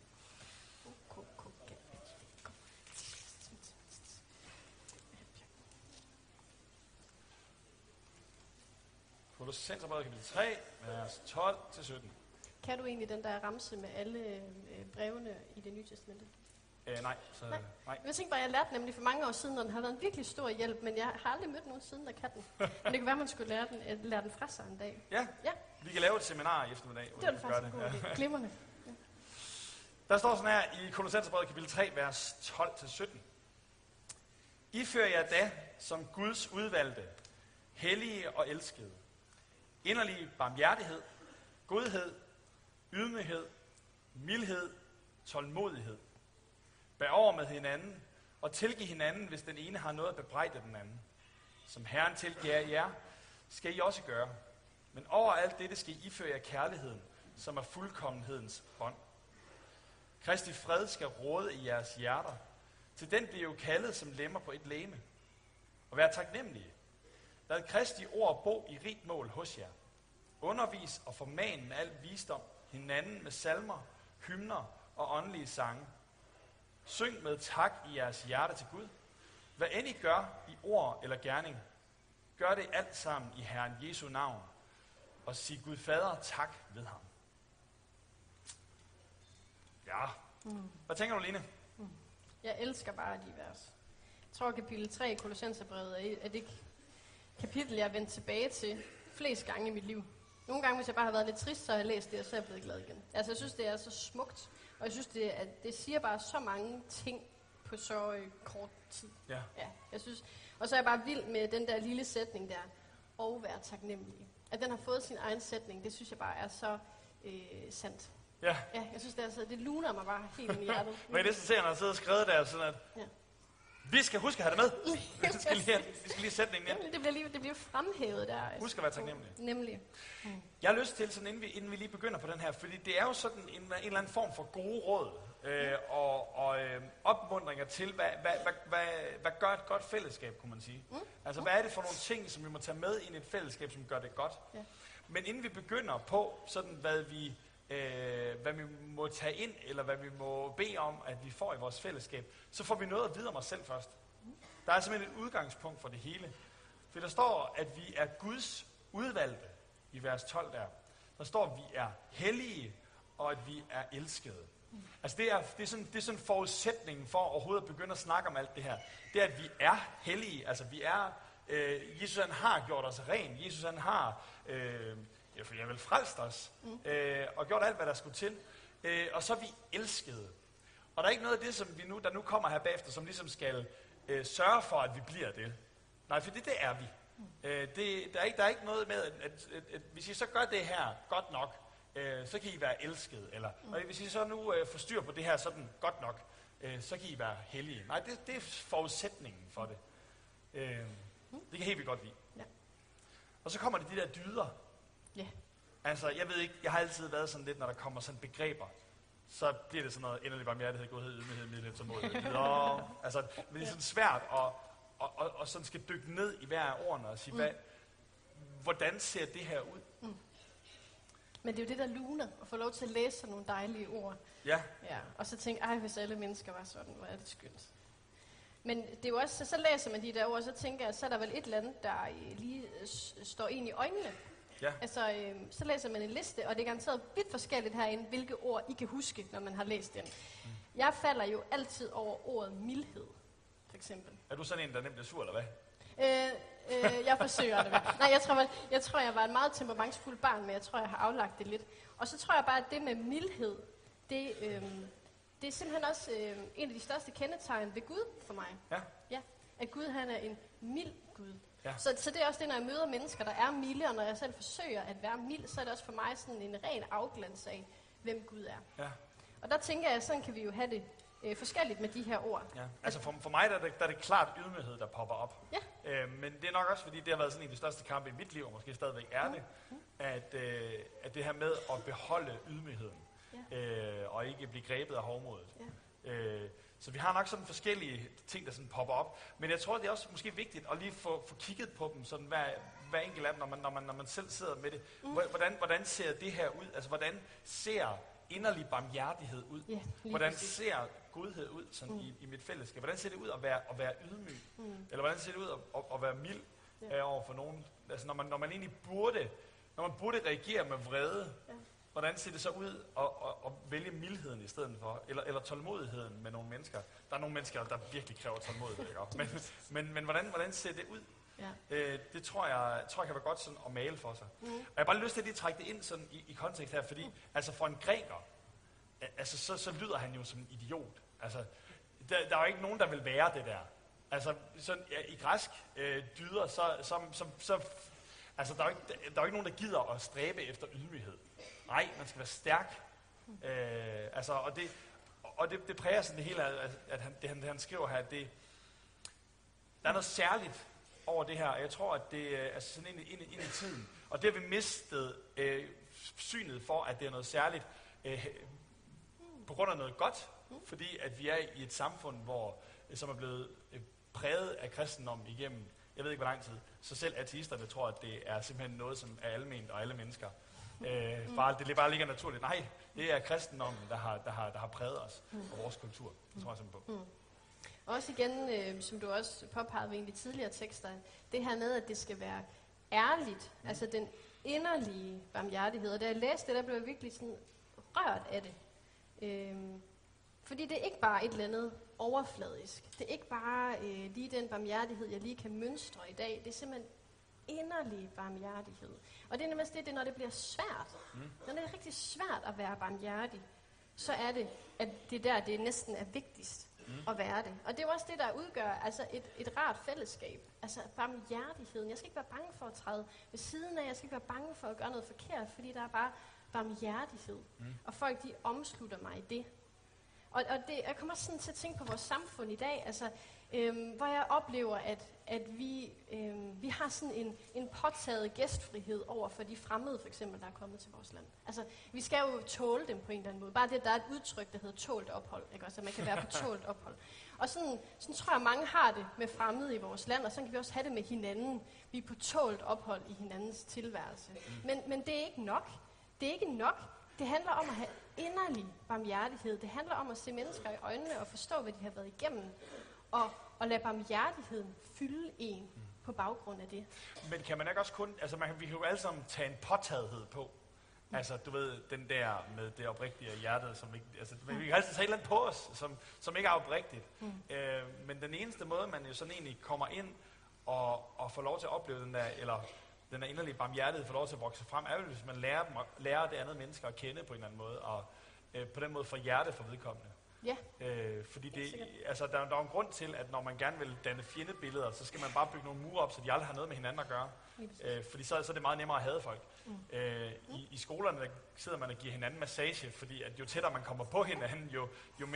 Kolossenserbrevet kapitel 3, vers 12-17. Kan du egentlig den der ramse med alle brevene i Det Nye Testamente? Nej. Jeg tænkte bare, jeg lærte nemlig for mange år siden, og den har været en virkelig stor hjælp, men jeg har aldrig mødt nogen siden, der kan den. Men det kan være, man skulle lære den fra sig en dag. Ja. Vi kan lave et seminar i eftermiddag. Det var det faktisk en god idé. Glimrende. Ja. Der står sådan her i Kolossenserbrevet kapitel 3, vers 12-17. I fører jer da som Guds udvalgte, hellige og elskede, inderlig barmhjertighed, godhed, ydmyghed, mildhed, tålmodighed. Bær over med hinanden og tilgiv hinanden, hvis den ene har noget at bebrejde den anden. Som Herren tilgiver jer, skal I også gøre. Men over alt dette skal I iføre jer kærligheden, som er fuldkommenhedens bånd. Kristi fred skal råde i jeres hjerter. Til den bliver jo kaldet som lemmer på et legeme. Og vær taknemmelige. Lad Kristi ord bo i rigt mål hos jer. Undervis og forman med al visdom hinanden med salmer, hymner og åndelige sange. Syng med tak i jeres hjerte til Gud. Hvad end I gør i ord eller gerning, gør det alt sammen i Herren Jesu navn. Og sig Gud Fader tak ved ham. Ja. Hvad tænker du, Line? Jeg elsker bare de vers. Jeg tror, kapitel 3 i Kolossenserbrevet er det kapitel, jeg er vendt tilbage til flest gange i mit liv. Nogle gange, hvis jeg bare har været lidt trist, så har jeg læst det, og så er jeg blevet glad igen. Altså, jeg synes, det er så smukt, og jeg synes, det siger bare så mange ting på så kort tid. Ja. Jeg synes, og så er jeg bare vild med den der lille sætning der, og være taknemmelig. At den har fået sin egen sætning, det synes jeg bare er så sandt. Ja. Ja, jeg synes, det luner mig bare helt ind i hjertet. Men i det, så ser han, at sidder og skrevet der sådan, at vi skal huske at have det med. Vi skal lige sætningen ind. Det bliver fremhævet der. Husk at være taknemmelig. Nemlig. Jeg har lyst til, sådan, inden vi lige begynder på den her, fordi det er jo sådan en eller anden form for gode råd og opmuntringer til, hvad gør et godt fællesskab, kunne man sige. Altså, hvad er det for nogle ting, som vi må tage med ind i et fællesskab, som gør det godt? Ja. Men inden vi begynder på, sådan, hvad vi må tage ind, eller hvad vi må bede om, at vi får i vores fællesskab, så får vi noget at vide om os selv først. Der er simpelthen et udgangspunkt for det hele. For der står, at vi er Guds udvalgte i vers 12 der. Der står, at vi er hellige, og at vi er elskede. Altså det er sådan forudsætningen for overhovedet at begynde at snakke om alt det her. Det er, at vi er hellige. Altså vi er, Jesus han har gjort os ren. Jesus han har, for jeg vil frelst os, og gjort alt, hvad der skulle til. Og så er vi elskede. Og der er ikke noget af det, som der nu kommer her bagefter, som ligesom skal sørge for, at vi bliver det. Nej, for det er vi. Der er ikke noget med, at hvis I så gør det her godt nok, så kan I være elskede. Eller, og hvis I så nu får styr på det her sådan godt nok, så kan I være hellige. Nej, det er forudsætningen for det. Det kan helt vildt godt lide. Ja. Og så kommer det de der dyder. Ja. Altså, jeg ved ikke, jeg har altid været sådan lidt, når der kommer sådan begreber, så bliver det sådan noget inderlig barmhjertighed, godhed, ydmyghed, mildhed, tålmodighed. Altså, men det er sådan svært og sådan skal dykke ned i hver af ordene og sige, hvordan ser det her ud? Men det er jo det, der luner, at få lov til at læse sådan nogle dejlige ord. Ja. Og så tænke, hvis alle mennesker var sådan, hvor er det skønt. Men det er jo også, så læser man de der ord, og så tænker jeg, så er der vel et eller andet, der lige står ind i øjnene. Ja. Altså, så læser man en liste, og det er garanteret vidt forskelligt herinde, hvilke ord I kan huske, når man har læst den. Jeg falder jo altid over ordet mildhed. for eksempel. Er du sådan en, der nemt bliver sur, eller hvad? Jeg forsøger det. Nej, jeg tror, jeg var et meget temperamentsfuldt barn, men jeg tror, jeg har aflagt det lidt. Og så tror jeg bare, at det med mildhed, det er simpelthen også en af de største kendetegn ved Gud for mig. Ja. Ja, at Gud, han er en mild Gud. Ja. Så det er også det, når jeg møder mennesker, der er milde, og når jeg selv forsøger at være mild, så er det også for mig sådan en ren afglans af, hvem Gud er. Ja. Og der tænker jeg, sådan kan vi jo have det forskelligt med de her ord. Ja. Altså for mig der er det klart ydmyghed, der popper op. Ja. Men det er nok også, fordi det har været sådan en af de største kampe i mit liv, og måske stadigvæk er det, at det her med at beholde ydmygheden, og ikke blive grebet af hovmodet. Ja. Så vi har nok sådan forskellige ting, der sådan popper op. Men jeg tror, det er også måske vigtigt at lige få kigget på dem, sådan hver enkelt af dem, når man selv sidder med det. Hvordan ser det her ud? Altså, hvordan ser inderlig barmhjertighed ud? Ja, hvordan præcis. ser godhed ud sådan i mit fællesskab? Hvordan ser det ud at være ydmyg? Eller hvordan ser det ud at være mild over for nogen? Altså, når man egentlig burde reagere med vrede, hvordan ser det så ud at vælge mildheden i stedet for? Eller tålmodigheden med nogle mennesker? Der er nogle mennesker, der virkelig kræver tålmodighed, ikke? Men hvordan ser det ud? Ja. Det tror jeg kan være godt sådan at male for sig. Og jeg har bare lyst til at lige trække det ind sådan i kontekst her, fordi altså for en græker, altså så lyder han jo som en idiot. Altså, der er jo ikke nogen, der vil være det der. Altså sådan, i græsk dyder, så altså, der er jo ikke nogen, der gider at stræbe efter ydmyghed. Nej, man skal være stærk. Og det præger sådan det hele, at han skriver her, at der er noget særligt over det her, og jeg tror, at det er sådan ind i tiden. Og det har vi mistet synet for, at det er noget særligt på grund af noget godt, fordi at vi er i et samfund, som er blevet præget af kristendommen igennem, jeg ved ikke hvor lang tid, så selv ateisterne tror, at det er simpelthen noget, som er alment og alle mennesker. Det bare ligger naturligt. Nej, det er kristendommen, der har præget os og vores kultur. Det tror jeg simpelthen på. Også igen, som du også påpegede ved en af de tidligere tekster, det her med, at det skal være ærligt, altså den inderlige barmhjertighed. Og da jeg læste det, der blev jeg virkelig sådan rørt af det. Fordi det er ikke bare et eller andet overfladisk. Det er ikke bare lige den barmhjertighed, jeg lige kan mønstre i dag. Det er simpelthen inderlig barmhjertighed. Og det er nemlig det, når det bliver svært. Når det er rigtig svært at være barmhjertig, så er det, at det næsten er vigtigst at være det. Og det er jo også det, der udgør altså et rart fællesskab. Altså barmhjertigheden. Jeg skal ikke være bange for at træde ved siden af. Jeg skal ikke være bange for at gøre noget forkert, fordi der er bare barmhjertighed. Og folk, de omslutter mig i det. Og jeg kommer også sådan til at tænke på vores samfund i dag, altså, hvor jeg oplever, at vi har sådan en påtaget gæstfrihed over for de fremmede, for eksempel, der er kommet til vores land. Altså, vi skal jo tåle dem på en eller anden måde. Bare det, der er et udtryk, der hedder tålt ophold, ikke? Altså, man kan være på tålt ophold. Og sådan tror jeg, mange har det med fremmede i vores land, og sådan kan vi også have det med hinanden. Vi er på tålt ophold i hinandens tilværelse. Men det er ikke nok. Det er ikke nok. Det handler om at have inderlig barmhjertighed. Det handler om at se mennesker i øjnene og forstå, hvad de har været igennem. Og lade barmhjertigheden fylde en på baggrund af det. Men kan man ikke også kun, altså vi kan jo alle sammen tage en påtagethed på. Altså du ved, den der med det oprigtige af hjertet, som ikke, altså vi kan altid tage et eller andet på os, som ikke er oprigtigt. Men den eneste måde, man jo sådan egentlig kommer ind og får lov til at opleve den der, eller den der inderlige barmhjertighed får lov til at vokse frem, er vel, hvis man lærer det andet mennesker at kende på en eller anden måde, og på den måde får hjerte for vedkommende. Ja. Fordi der er en grund til, at når man gerne vil danne fjendebilleder, så skal man bare bygge nogle mure op, så de aldrig har noget med hinanden at gøre. Fordi så er det meget nemmere at hade folk. I skolerne der sidder man og giver hinanden massage, fordi at jo tættere man kommer på hinanden, jo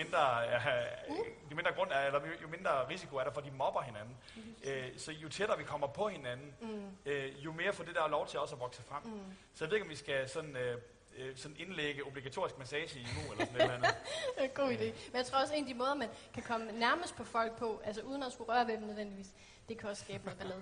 mindre grund er, eller jo mindre risiko er der for, at de mobber hinanden. Så jo tættere vi kommer på hinanden, jo mere får det der lov til også at vokse frem. Så jeg ved ikke, om vi skal sådan indlægge obligatorisk massage i nu, eller sådan et eller andet. Det er en god idé. Men jeg tror også, en af de måder, man kan komme nærmest på folk på, altså uden at skulle røre ved dem nødvendigvis, det kan også skabe noget ballade.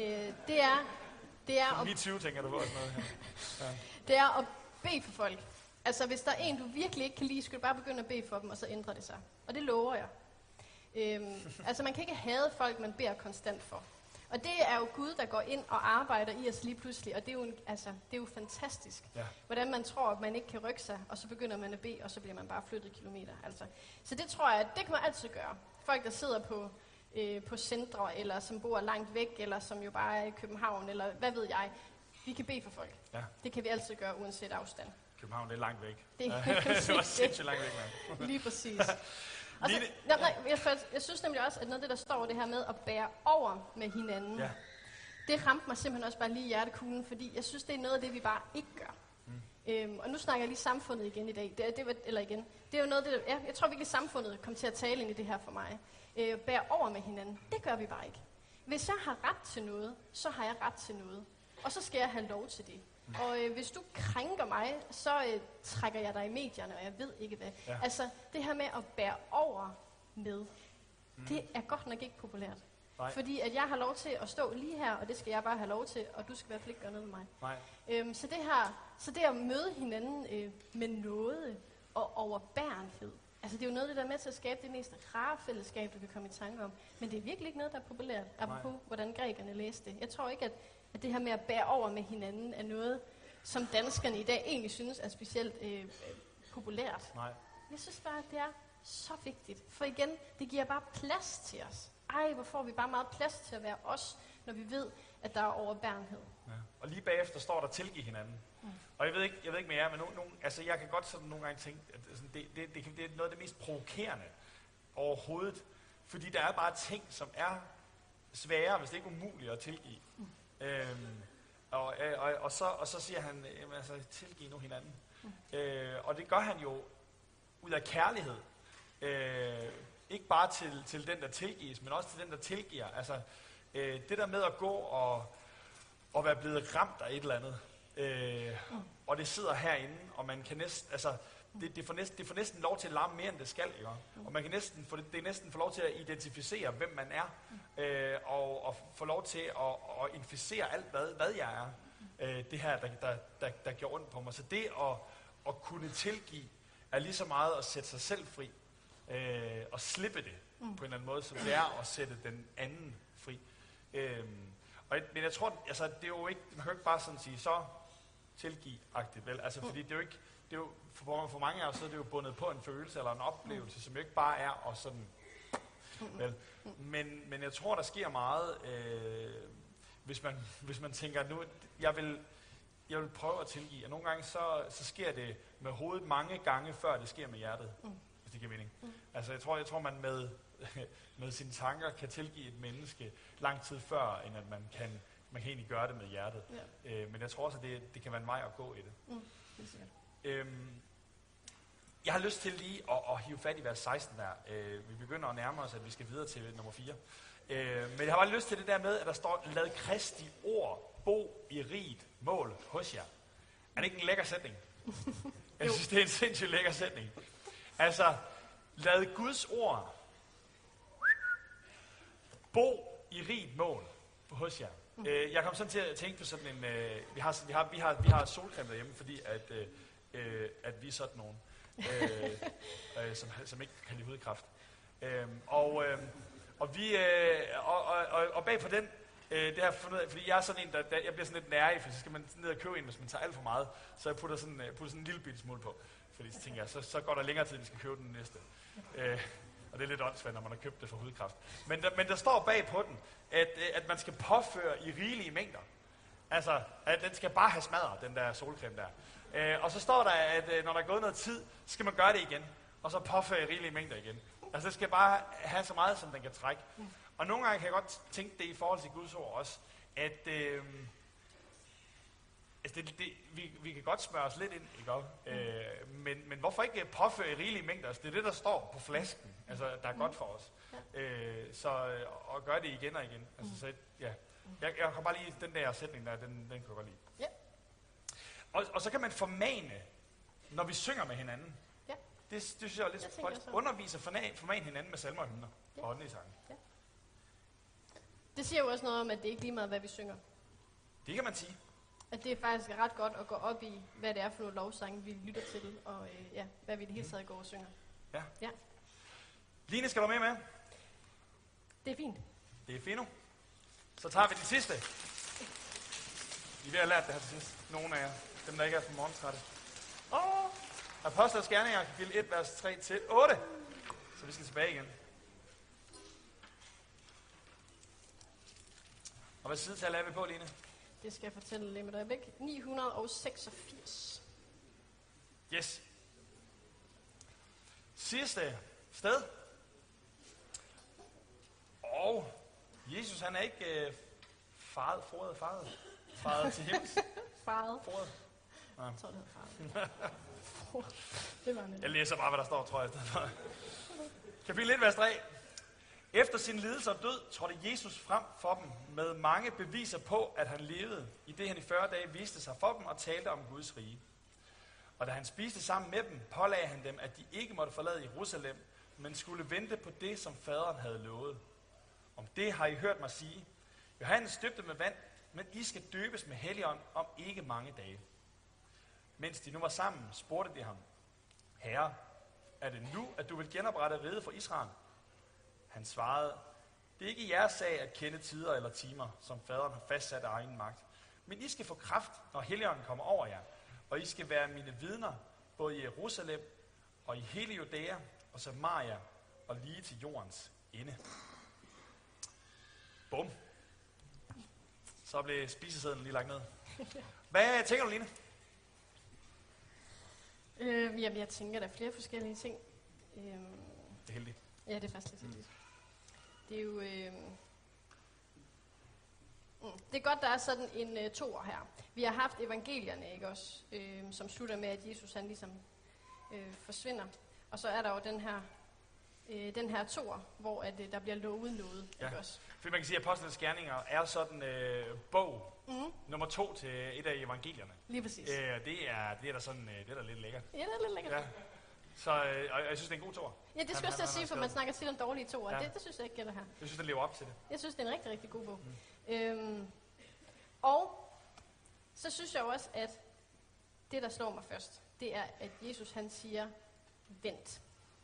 Det er at... MeToo, tænker du på sådan noget her. Ja. Det er at bede for folk. Altså, hvis der er en, du virkelig ikke kan lide, skal du bare begynde at bede for dem, og så ændrer det sig. Og det lover jeg. Altså, man kan ikke hade folk, man beder konstant for. Og det er jo Gud, der går ind og arbejder i os lige pludselig, og det er jo fantastisk. Ja. Hvordan man tror, at man ikke kan rykke sig, og så begynder man at bede, og så bliver man bare flyttet kilometer. Altså. Så det tror jeg, at det kan man altid gøre. Folk, der sidder på på centre, eller som bor langt væk, eller som jo bare er i København, eller hvad ved jeg. Vi kan bede for folk. Ja. Det kan vi altid gøre, uanset afstand. København, det er langt væk. Det er Det var sindssygt langt væk, mand. Lige præcis. Og så, jeg synes nemlig også, at noget af det, der står det her med at bære over med hinanden, Ja. det ramte mig simpelthen også bare lige i hjertekuglen, fordi jeg synes, det er noget af det, vi bare ikke gør. Og nu snakker jeg lige samfundet igen i dag. Det er jo noget af det, jeg tror virkelig, samfundet kom til at tale ind i det her for mig. Bære over med hinanden, det gør vi bare ikke. Hvis jeg har ret til noget, så har jeg ret til noget. Og så skal jeg have lov til det. Og hvis du krænker mig, så trækker jeg dig i medierne, og jeg ved ikke hvad. Ja. Altså, det her med at bære over med, det er godt nok ikke populært. Nej. Fordi at jeg har lov til at stå lige her, og det skal jeg bare have lov til, og du skal i hvert fald ikke gøre noget med mig. Nej. Så det at møde hinanden med noget og overbærenhed, altså det er jo noget, der er med til at skabe det mest rare fællesskab, du kan komme i tanke om. Men det er virkelig ikke noget, der er populært, apropos hvordan grækerne læste det. Jeg tror ikke, at det her med at bære over med hinanden er noget, som danskerne i dag egentlig synes er specielt populært. Nej. Jeg synes bare, at det er så vigtigt. For igen, det giver bare plads til os. Ej, hvor får vi bare meget plads til at være os, når vi ved, at der er overbærenhed. Ja. Og lige bagefter står der tilgive hinanden. Og jeg ved ikke med jer, men altså jeg kan godt sådan nogle gange tænke, at sådan, det er noget af det mest provokerende overhovedet. Fordi der er bare ting, som er svære, hvis det ikke er umuligt at tilgive. Og så siger han, altså tilgive nu hinanden. Og det gør han jo ud af kærlighed. Ikke bare til den, der tilgives, men også til den, der tilgiver. Altså, det der med at gå og være blevet ramt af et eller andet, og det sidder herinde, og man kan næsten, altså, det får næsten lov til at larme mere, end det skal, ikke? Og man kan næsten få lov til at identificere, hvem man er, og få lov til at inficere alt, hvad jeg er. Det her, der gjorde ondt på mig. Så det at kunne tilgive, er lige så meget at sætte sig selv fri, og slippe det på en eller anden måde, som det er at sætte den anden fri. Men jeg tror, altså, det er jo ikke, man kan jo ikke bare sådan sige, så tilgive-agtigt, vel? Altså, fordi det er jo for mange af os, så er det jo bundet på en følelse eller en oplevelse, som jo ikke bare er og sådan, vel? Men jeg tror, der sker meget, hvis man tænker, nu, jeg vil prøve at tilgive, og nogle gange så sker det med hovedet mange gange, før det sker med hjertet, hvis det giver mening. Altså, jeg tror man med sine tanker kan tilgive et menneske lang tid før, end at man kan egentlig gøre det med hjertet. Ja. Men jeg tror også, at det kan være en vej at gå i det. Jeg har lyst til lige at hive fat i vers 16 der. Vi begynder at nærme os, at vi skal videre til nummer 4. Men jeg har bare lyst til det der med, at der står, lad Kristi ord bo i rigt mål hos jer. Er det ikke en lækker sætning? Jeg synes, det er en sindssygt lækker sætning. Altså, lad Guds ord bo i rigt mål hos jer. Jeg kom sådan til at tænke på sådan en... Vi har solcreme derhjemme, fordi at vi er sådan nogen, som ikke kan lide hudkræft. Og bag på den, det har jeg fundet ud af, fordi jeg er sådan en, jeg bliver sådan lidt nærig, for så skal man ned og købe en, hvis man tager alt for meget, så jeg putter sådan en lille bitte smule på. Fordi så tænker jeg, så går der længere tid, vi skal købe den næste. Og det er lidt åndssvagt, når man har købt det for hudkræft. Men der står bag på den, at man skal påføre i rigelige mængder. Altså, at den skal bare have smadret, den der solcreme der. Og så står der, at når der er gået noget tid, så skal man gøre det igen. Og så påføre i rigelige mængder igen. Altså, det skal bare have så meget, som den kan trække. Og nogle gange kan jeg godt tænke det i forhold til Guds ord også, at vi kan godt smøre os lidt ind, ikke op? Men hvorfor ikke påføre i rigelige mængder? Altså, det er det, der står på flasken, altså, der er godt for os. Og gøre det igen og igen. Altså, så, ja. Jeg kan bare lige, den der sætning der, den kan jeg godt lide. Ja. Og så kan man formane, når vi synger med hinanden. Ja. Det synes jeg er lidt folk undervise og formane hinanden med salmer og hymner og åndelige sange. Ja. Det siger jo også noget om, at det ikke lige meget, hvad vi synger. Det kan man sige. At det er faktisk ret godt at gå op i, hvad det er for nogle lovsange, vi lytter til, og hvad vi det hele taget går og synger. Ja. Line, skal du med? Det er fint. Det er fint. Så tager vi de sidste. I vil have lært det her til sidst. Nogle af jer. Dem, der ikke er for morgentrætte. Apostlenes gerninger, kapitel 1, vers 3-8. Så vi skal tilbage igen. Og hvad sidetal er vi på, Line? Det skal jeg fortælle lige med et øjeblik. 986. Yes. Sidste sted. Og Jesus, han er ikke faret til himmels. Faret. Foret. Jeg tror, det hedder faret. Det var Jeg læser bare, hvad der står, tror jeg. Kapitel 1, vers 3. Efter sin lidelse og død trådte Jesus frem for dem med mange beviser på, at han levede, i det han i 40 dage viste sig for dem og talte om Guds rige. Og da han spiste sammen med dem, pålagde han dem, at de ikke måtte forlade Jerusalem, men skulle vente på det, som faderen havde lovet. Om det har I hørt mig sige. Johannes døbte med vand, men I skal døbes med Helligånd om ikke mange dage. Mens de nu var sammen, spurgte de ham, Herre, er det nu, at du vil genoprette riget for Israel? Han svarede, det er ikke jeres sag at kende tider eller timer, som faderen har fastsat af egen magt. Men I skal få kraft, når Helligånden kommer over jer, og I skal være mine vidner, både i Jerusalem og i hele Judæa og Samaria og lige til jordens ende. Bum. Så blev spisesedlen lige lagt ned. Hvad tænker du, Line? Jamen, jeg tænker, der er flere forskellige ting. Det er heldigt. Ja, det er faktisk lidt heldigt. Det er jo... Det er godt, der er sådan en toer her. Vi har haft evangelierne, ikke også? Som slutter med, at Jesus han ligesom forsvinder. Og så er der jo den her toer, hvor at, der bliver lovet noget, ikke også? For man kan sige, at Apostlenes Gerninger er sådan bog nummer 2 til et af evangelierne. Lige præcis. Det er der sådan, det er der lidt lækkert. Ja, det er lidt lækkert. Ja. Så og jeg synes, det er en god toer. Ja, det skal jeg også sige, for man snakker tit om dårlige toer. Ja. Det synes jeg ikke gælder her. Jeg synes, det lever op til det. Jeg synes, det er en rigtig, rigtig god bog. Og så synes jeg også, at det, der slår mig først, det er, at Jesus han siger, vent.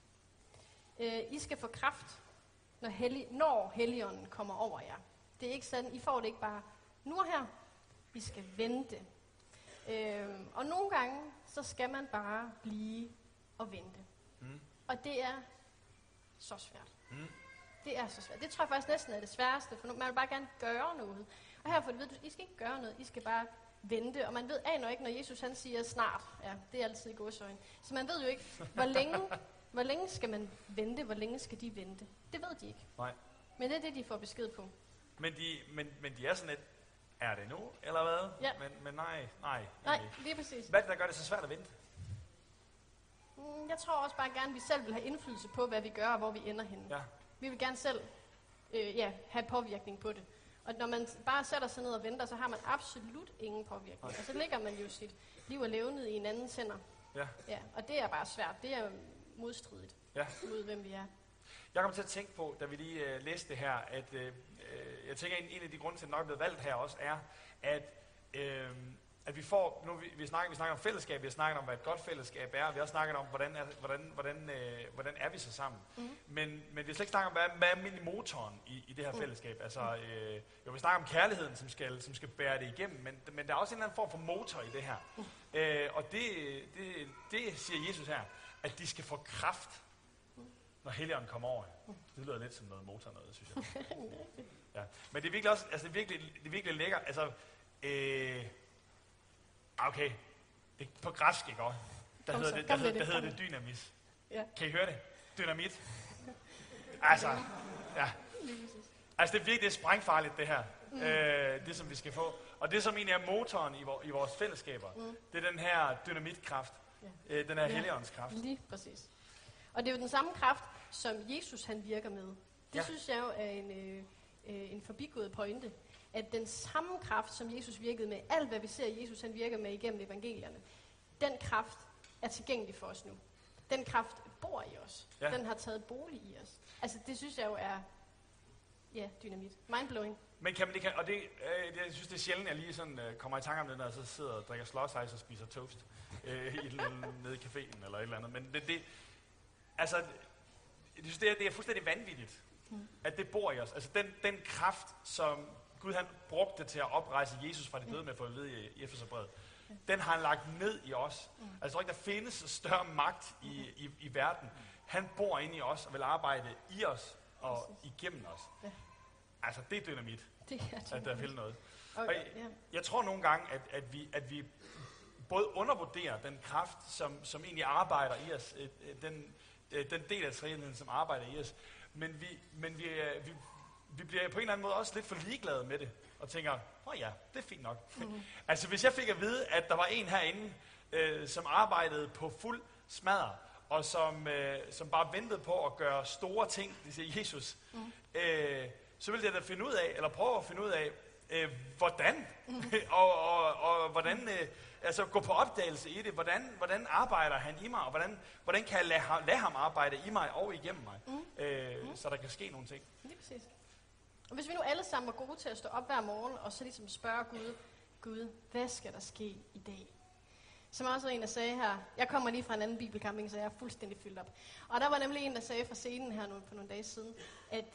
I skal få kraft, når Helligånden kommer over jer. Det er ikke sådan, I får det ikke bare nu og her. I skal vente. Og nogle gange, så skal man bare blive og vente. Og det er så svært. Det er så svært. Det tror jeg faktisk næsten er det sværeste, for man vil bare gerne gøre noget. Og her får du ved, I skal ikke gøre noget, I skal bare vente. Og man ved aner ikke, når Jesus han siger snart. Ja, det er altid i gåseøjne. Så man ved jo ikke, hvor længe skal man vente, hvor længe skal de vente. Det ved de ikke. Nej. Men det er det, de får besked på. Men de er sådan lidt, er det nu, eller hvad? Ja. Men nej. Nej, lige præcis. Hvad er det, der gør det så svært at vente? Jeg tror også bare gerne, at vi selv vil have indflydelse på, hvad vi gør og hvor vi ender henne. Ja. Vi vil gerne selv have påvirkning på det. Og når man bare sætter sig ned og venter, så har man absolut ingen påvirkning. Og så ligger man jo sit liv og levnet i en andens hænder. Ja, og det er bare svært. Det er modstridigt mod, hvem vi er. Jeg kom til at tænke på, da vi lige læste det her, at jeg tænker, at en af de grunde til, at den nok er blevet valgt her også, er, at vi får, nu vi snakker om fællesskab, vi har snakket om, hvad et godt fællesskab er, og vi har også snakket om, hvordan er vi så sammen. Men vi har slet ikke snakket om, hvad er mini-motoren i det her fællesskab. Altså, jo, vi snakker om kærligheden, som skal bære det igennem, men der er også en eller anden form for motor i det her. Og det siger Jesus her, at de skal få kraft, når Helligånden kommer over. Det lyder lidt som noget motor noget, synes jeg. Ja. Men det er virkelig også, altså det er virkelig lækkert. Altså, okay, det på græsk, ikke også? Der hedder det dynamis. Ja. Kan I høre det? Dynamit. Altså, ja. Altså det er virkelig sprængfarligt, det her. Det, som vi skal få. Og det, som egentlig er motoren i vores fællesskaber, det er den her dynamitkraft. Den her Helligåndskraft. Lige præcis. Og det er jo den samme kraft, som Jesus han virker med. Det synes jeg jo er en forbigået pointe. At den samme kraft, som Jesus virkede med, alt hvad vi ser Jesus han virker med igennem evangelierne, den kraft er tilgængelig for os nu. Den kraft bor i os. Ja. Den har taget bolig i os. Altså det synes jeg jo er dynamit. Mindblowing. Men jeg synes det er sjældent, at jeg lige sådan kommer i tanke om det, når jeg så sidder og drikker slåsejs og spiser toast nede i caféen eller et eller andet. Men jeg synes det er fuldstændig vanvittigt, at det bor i os. Altså den kraft, som Gud han brugte til at oprejse Jesus fra de døde med, for at vide i Efeserbrevet, den har han lagt ned i os. Altså jeg tror ikke, der findes større magt i verden. Han bor inde i os og vil arbejde i os og igennem os. altså det er dynamit, Det er at der vil noget. Okay, Og ja. jeg tror nogle gange, at vi både undervurderer den kraft, som egentlig arbejder i os, den del af træenheden, som arbejder i os, men vi bliver på en eller anden måde også lidt for ligeglade med det, og tænker, ja, det er fint nok. Altså hvis jeg fik at vide, at der var en herinde, som arbejdede på fuld smadder, og som bare ventede på at gøre store ting, det siger Jesus, så ville jeg da finde ud af, eller prøve at finde ud af, hvordan, og hvordan, altså gå på opdagelse i det, hvordan arbejder han i mig, og hvordan kan jeg lade ham arbejde i mig og igennem mig, så der kan ske nogle ting. Lige præcis. Og hvis vi nu alle sammen var gode til at stå op hver morgen, og så ligesom spørge Gud, hvad skal der ske i dag? Som også en, der sagde her, jeg kommer lige fra en anden bibelcamping, så jeg er fuldstændig fyldt op. Og der var nemlig en, der sagde fra scenen her for nogle dage siden, at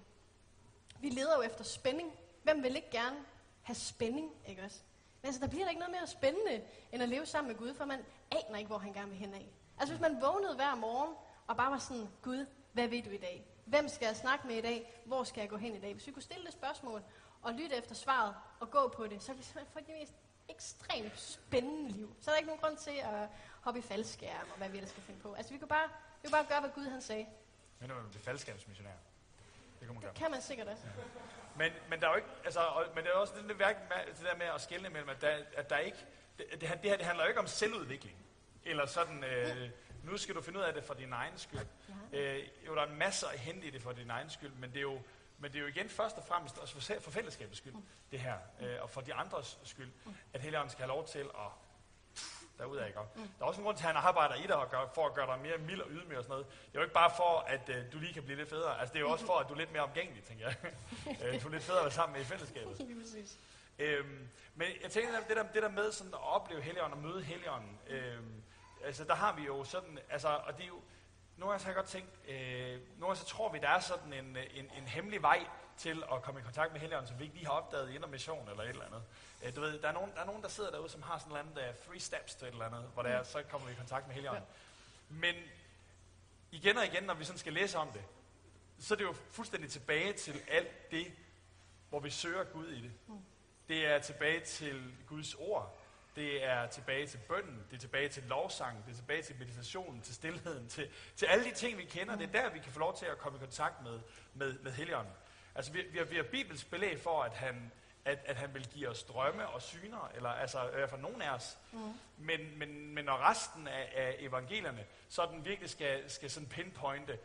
vi leder jo efter spænding. Hvem vil ikke gerne have spænding, ikke også? Men altså, der bliver da ikke noget mere spændende, end at leve sammen med Gud, for man aner ikke, hvor han gerne vil hen af. Altså, hvis man vågnede hver morgen, og bare var sådan, Gud, hvad ved du i dag? Hvem skal jeg snakke med i dag? Hvor skal jeg gå hen i dag? Hvis vi kunne stille det spørgsmål, og lytte efter svaret, og gå på det, så ville vi simpelthen få det mest ekstremt spændende liv. Så er der ikke nogen grund til at hoppe i faldskærm, og hvad vi ellers skal finde på. Altså, vi kunne bare gøre, hvad Gud han sagde. Men det var det faldskærmsmissionær. Det kunne man gøre. Det kan man sikkert også. Ja. Men der er jo ikke, altså, men det er også det der med at skelne mellem, at der ikke, det her det handler jo ikke om selvudvikling, eller sådan, nu skal du finde ud af det for din egen skyld. Jo, der er masser at hente i det for din egen skyld, men det er jo igen først og fremmest også for fællesskabets skyld, det her, og for de andres skyld, at Helligånden skal have lov til at derudad, ikke? Der er også en grund til, at han arbejder i dig for at gøre dig mere mild og ydmyg og sådan noget. Det er jo ikke bare for, at du lige kan blive lidt federe. Altså, det er jo også for, at du er lidt mere omgængelig, tænker jeg. Du er lidt federe at være sammen med i fællesskabet. Men jeg tænker, det der med sådan at opleve Helligånden og møde Helligånden, altså der har vi jo sådan, altså, og det er jo, nogle gange så har jeg godt tænkt, nogle gange så tror vi, der er sådan en hemmelig vej til at komme i kontakt med Helligånden, som vi ikke lige har opdaget i Indremission eller et eller andet. Du ved, der er nogen, der sidder derude, som har sådan et eller andet 3 steps til et eller andet, hvor der så kommer vi i kontakt med Helligånden. Men igen og igen, når vi sådan skal læse om det, så er det jo fuldstændig tilbage til alt det, hvor vi søger Gud i det. Det er tilbage til Guds ord. Det er tilbage til bønnen, det er tilbage til lovsangen, det er tilbage til meditationen, til stilheden, til alle de ting, vi kender. Det er der, vi kan få lov til at komme i kontakt med Helligånden. Altså, vi har Bibels belæg for, at han vil give os drømme og syner, eller altså i hvert fald nogen af os. Men når resten af evangelierne sådan virkelig skal sådan pinpointe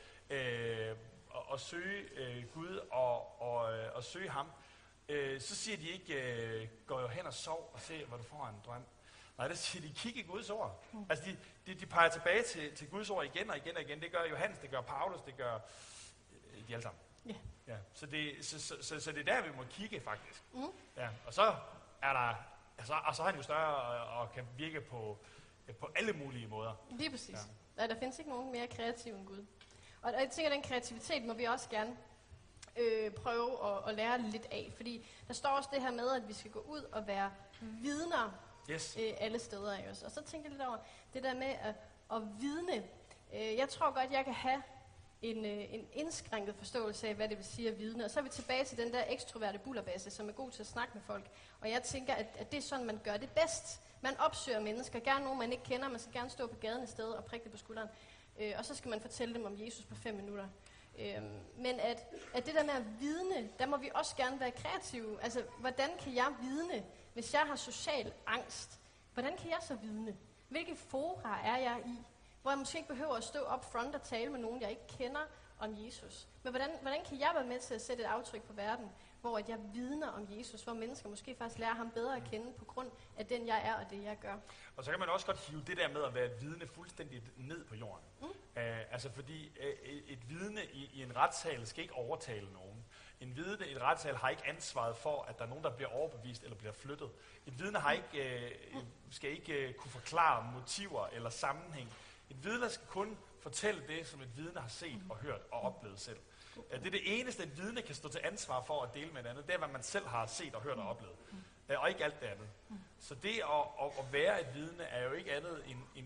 og søge Gud og søge ham, så siger de ikke, gå jo hen og sov og se, hvor du får en drøm. Nej, det siger de, kig i Guds ord. Altså, de peger tilbage til Guds ord igen og igen og igen. Det gør Johannes, det gør Paulus, det gør de alle sammen. Ja, så det er der, vi må kigge, faktisk. Ja, og så er der, og så er han jo større og kan virke på alle mulige måder. Lige præcis. Ja. Der findes ikke nogen mere kreativ end Gud. Og jeg tænker, at den kreativitet må vi også gerne prøve at lære lidt af. Fordi der står også det her med, at vi skal gå ud og være vidner alle steder af os. Og så tænkte jeg lidt over det der med at vidne. Jeg tror godt, jeg kan have en indskrænket forståelse af, hvad det vil sige at vidne. Og så er vi tilbage til den der ekstroverte bullerbasse, som er god til at snakke med folk. Og jeg tænker, at det er sådan, man gør det bedst. Man opsøger mennesker, gerne nogen, man ikke kender. Man skal gerne stå på gaden et sted og prikke det på skulderen. Og så skal man fortælle dem om Jesus på 5 minutter. Men at det der med at vidne, der må vi også gerne være kreative. Altså, hvordan kan jeg vidne, hvis jeg har social angst? Hvordan kan jeg så vidne? Hvilke fora er jeg i? Hvor jeg måske ikke behøver at stå up front og tale med nogen, jeg ikke kender om Jesus. Men hvordan kan jeg være med til at sætte et aftryk på verden, hvor at jeg vidner om Jesus, hvor mennesker måske faktisk lærer ham bedre at kende på grund af den, jeg er og det, jeg gør. Og så kan man også godt hive det der med at være et vidne fuldstændig ned på jorden. Altså fordi et vidne i en retssal skal ikke overtale nogen. En vidne i et retssal har ikke ansvaret for, at der er nogen, der bliver overbevist eller bliver flyttet. Et vidne har skal ikke kunne forklare motiver eller sammenhæng. Et vidne skal kun fortælle det, som et vidne har set og hørt og oplevet selv. Det er det eneste, et vidne kan stå til ansvar for at dele med et andet. Det er, hvad man selv har set og hørt og oplevet. Og ikke alt det andet. Så det at være et vidne er jo ikke andet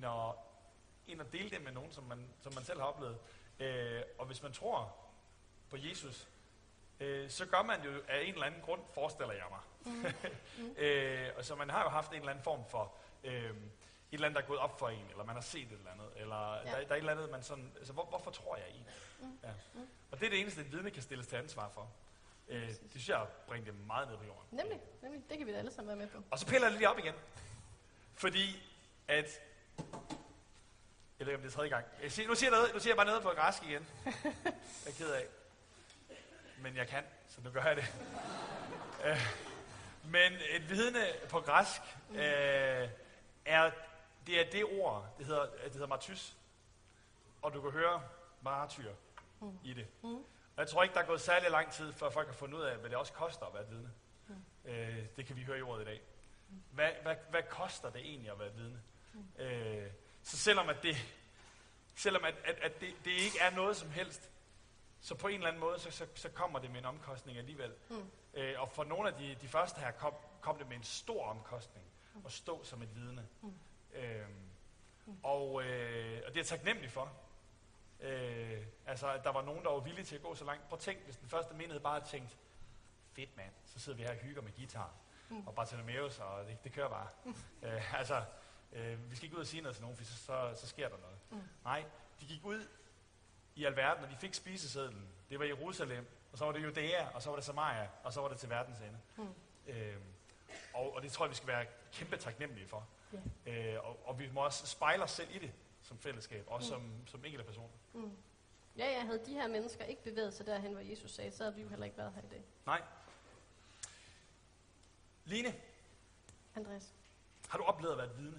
end at dele det med nogen, som man selv har oplevet. Og hvis man tror på Jesus, så gør man jo af en eller anden grund, forestiller jeg mig. Og så man har jo haft en eller anden form for et eller andet, der er gået op for en, eller man har set et eller andet, eller der er et eller andet, man sådan, altså hvorfor tror jeg i? Ja. Og det er det eneste, et vidne kan stilles til ansvar for. Det synes jeg bringer det meget ned på jorden. Nemlig. Det kan vi da alle sammen være med på. Og så piller jeg det lige op igen. Fordi at... Jeg ved ikke, om det er tredje gang. Nu siger jeg bare noget på græsk igen. Jeg er ked af. Men jeg kan, så nu gør jeg det. Men et vidne på græsk er det ord, det hedder martys. Og du kan høre martyr i det. Og jeg tror ikke, der er gået særlig lang tid, før folk har fundet ud af, hvad det også koster at være et vidne. Det kan vi høre i ordet i dag. Hvad koster det egentlig at være et vidne? Så selvom at det ikke er noget som helst, så på en eller anden måde, så kommer det med en omkostning alligevel. Og for nogle af de første her kom det med en stor omkostning at stå som et vidne. Og det er jeg taknemmelig for. Altså, at der var nogen, der var villige til at gå så langt. Prøv at tænk, hvis den første menighed bare havde tænkt, fedt mand, så sidder vi her og hygger med guitar og Bartholomeus, og det kører bare. Vi skal ikke ud og sige noget til nogen, for så sker der noget. Nej, de gik ud i alverden, og de fik spisesedlen. Det var Jerusalem, og så var det Judæa, og så var det Samaria, og så var det til verdens ende. Og det tror jeg, vi skal være kæmpe taknemmelige for. Og vi må også spejle os selv i det som fællesskab, også som enkelte personer. Ja, havde de her mennesker ikke bevæget sig derhen, hvor Jesus sagde, så havde vi jo heller ikke været her i dag. Nej. Line? Andreas? Har du oplevet at være et vidne?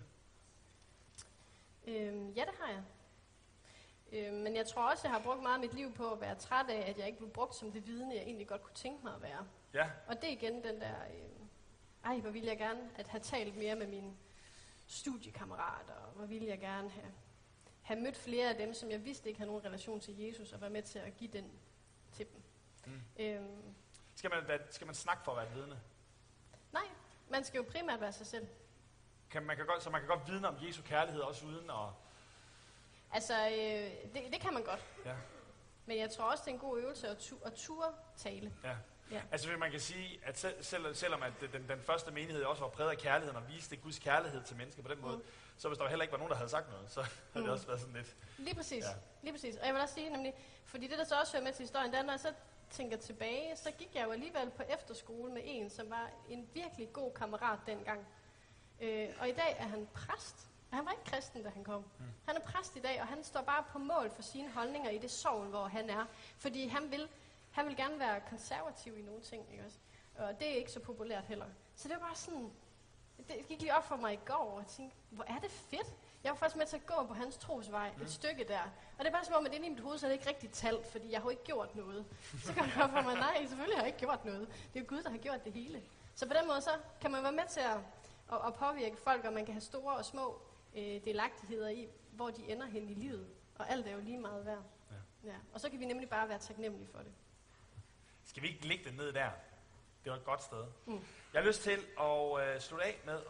Ja, det har jeg. Men jeg tror også, jeg har brugt meget af mit liv på at være træt af, at jeg ikke blev brugt som det vidne, jeg egentlig godt kunne tænke mig at være. Ja. Og det er igen den der, hvor ville jeg gerne at have talt mere med mine studiekammerater, og hvor ville jeg gerne have mødt flere af dem, som jeg vidste ikke havde nogen relation til Jesus, og være med til at give den til dem. Skal man snakke for at være et vidne? Nej, man skal jo primært være sig selv. Så man kan godt vidne om Jesu kærlighed også uden at... Altså, det kan man godt. Ja. Men jeg tror også, det er en god øvelse at turde tale. Ja. Altså, man kan sige, at selvom at den første menighed også var præget af kærligheden og viste Guds kærlighed til mennesker på den måde, så hvis der heller ikke var nogen, der havde sagt noget, så havde det også været sådan lidt... Lige præcis. Og jeg vil også sige nemlig, fordi det der så også hører med til historien, der når jeg så tænker tilbage, så gik jeg jo alligevel på efterskole med en, som var en virkelig god kammerat dengang. Og i dag er han præst. Han var ikke kristen, da han kom. Han er præst i dag, og han står bare på mål for sine holdninger i det sogn, hvor han er. Fordi han vil gerne være konservativ i nogle ting, ikke også? Og det er ikke så populært heller. Så det var bare sådan, det gik lige op for mig i går, og jeg tænkte, hvor er det fedt. Jeg var faktisk med til at gå på hans trosvej, et stykke der. Og det er bare som om, at inde i mit hoved, så er det ikke rigtig talt, fordi jeg har jo ikke gjort noget. Så går det op for mig, nej, selvfølgelig har jeg ikke gjort noget. Det er jo Gud, der har gjort det hele. Så på den måde, så kan man være med til at påvirke folk, og man kan have store og små delagtigheder i, hvor de ender hen i livet. Og alt er jo lige meget værd. Ja. Og så kan vi nemlig bare være taknemmelige for det. Skal vi ikke lægge det ned der? Det var et godt sted. Jeg har lyst til at slutte af med,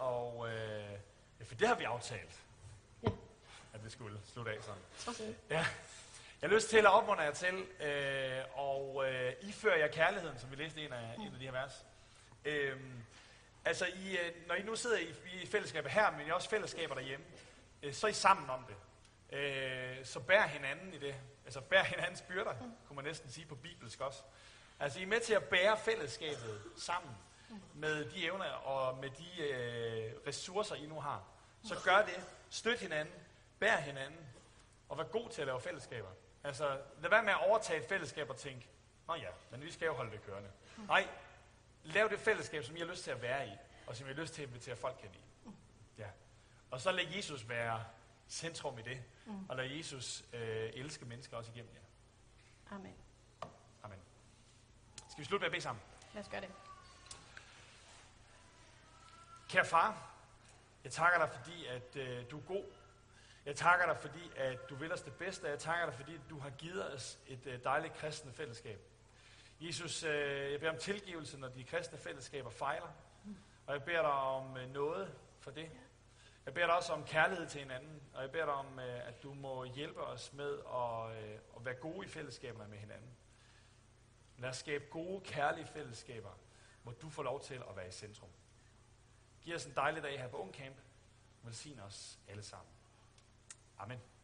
for det har vi aftalt, at vi skulle slutte af sådan. Ja. Jeg har lyst til at opmuntre jer til at iføre jer kærligheden, som vi læste i en af de her vers. Altså, når I nu sidder i fællesskaber her, men I også fællesskaber derhjemme, så er I sammen om det. Så bær hinanden i det. Altså, bær hinandens byrder, kunne man næsten sige på bibelsk også. Altså, I er med til at bære fællesskabet sammen med de evner og med de ressourcer, I nu har. Så gør det. Støt hinanden. Bær hinanden. Og vær god til at lave fællesskaber. Altså, lad være med at overtage et fællesskab og tænke, nå ja, men vi skal jo holde det kørende. Nej, lav det fællesskab, som I har lyst til at være i, og som I har lyst til at invitere folk hen i. Ja. Og så lad Jesus være centrum i det, og lad Jesus elske mennesker også igennem jer. Amen. Amen. Skal vi slutte med at bede sammen? Lad os gøre det. Kære far, jeg takker dig, fordi at du er god. Jeg takker dig, fordi at du vil os det bedste. Jeg takker dig, fordi du har givet os et dejligt kristne fællesskab. Jesus, jeg beder om tilgivelse, når de kristne fællesskaber fejler. Og jeg beder dig om noget for det. Jeg beder dig også om kærlighed til hinanden. Og jeg beder dig om, at du må hjælpe os med at være gode i fællesskaberne med hinanden. Lad os skabe gode, kærlige fællesskaber, hvor du får lov til at være i centrum. Giv os en dejlig dag her på Ungcamp. Velsign os alle sammen. Amen.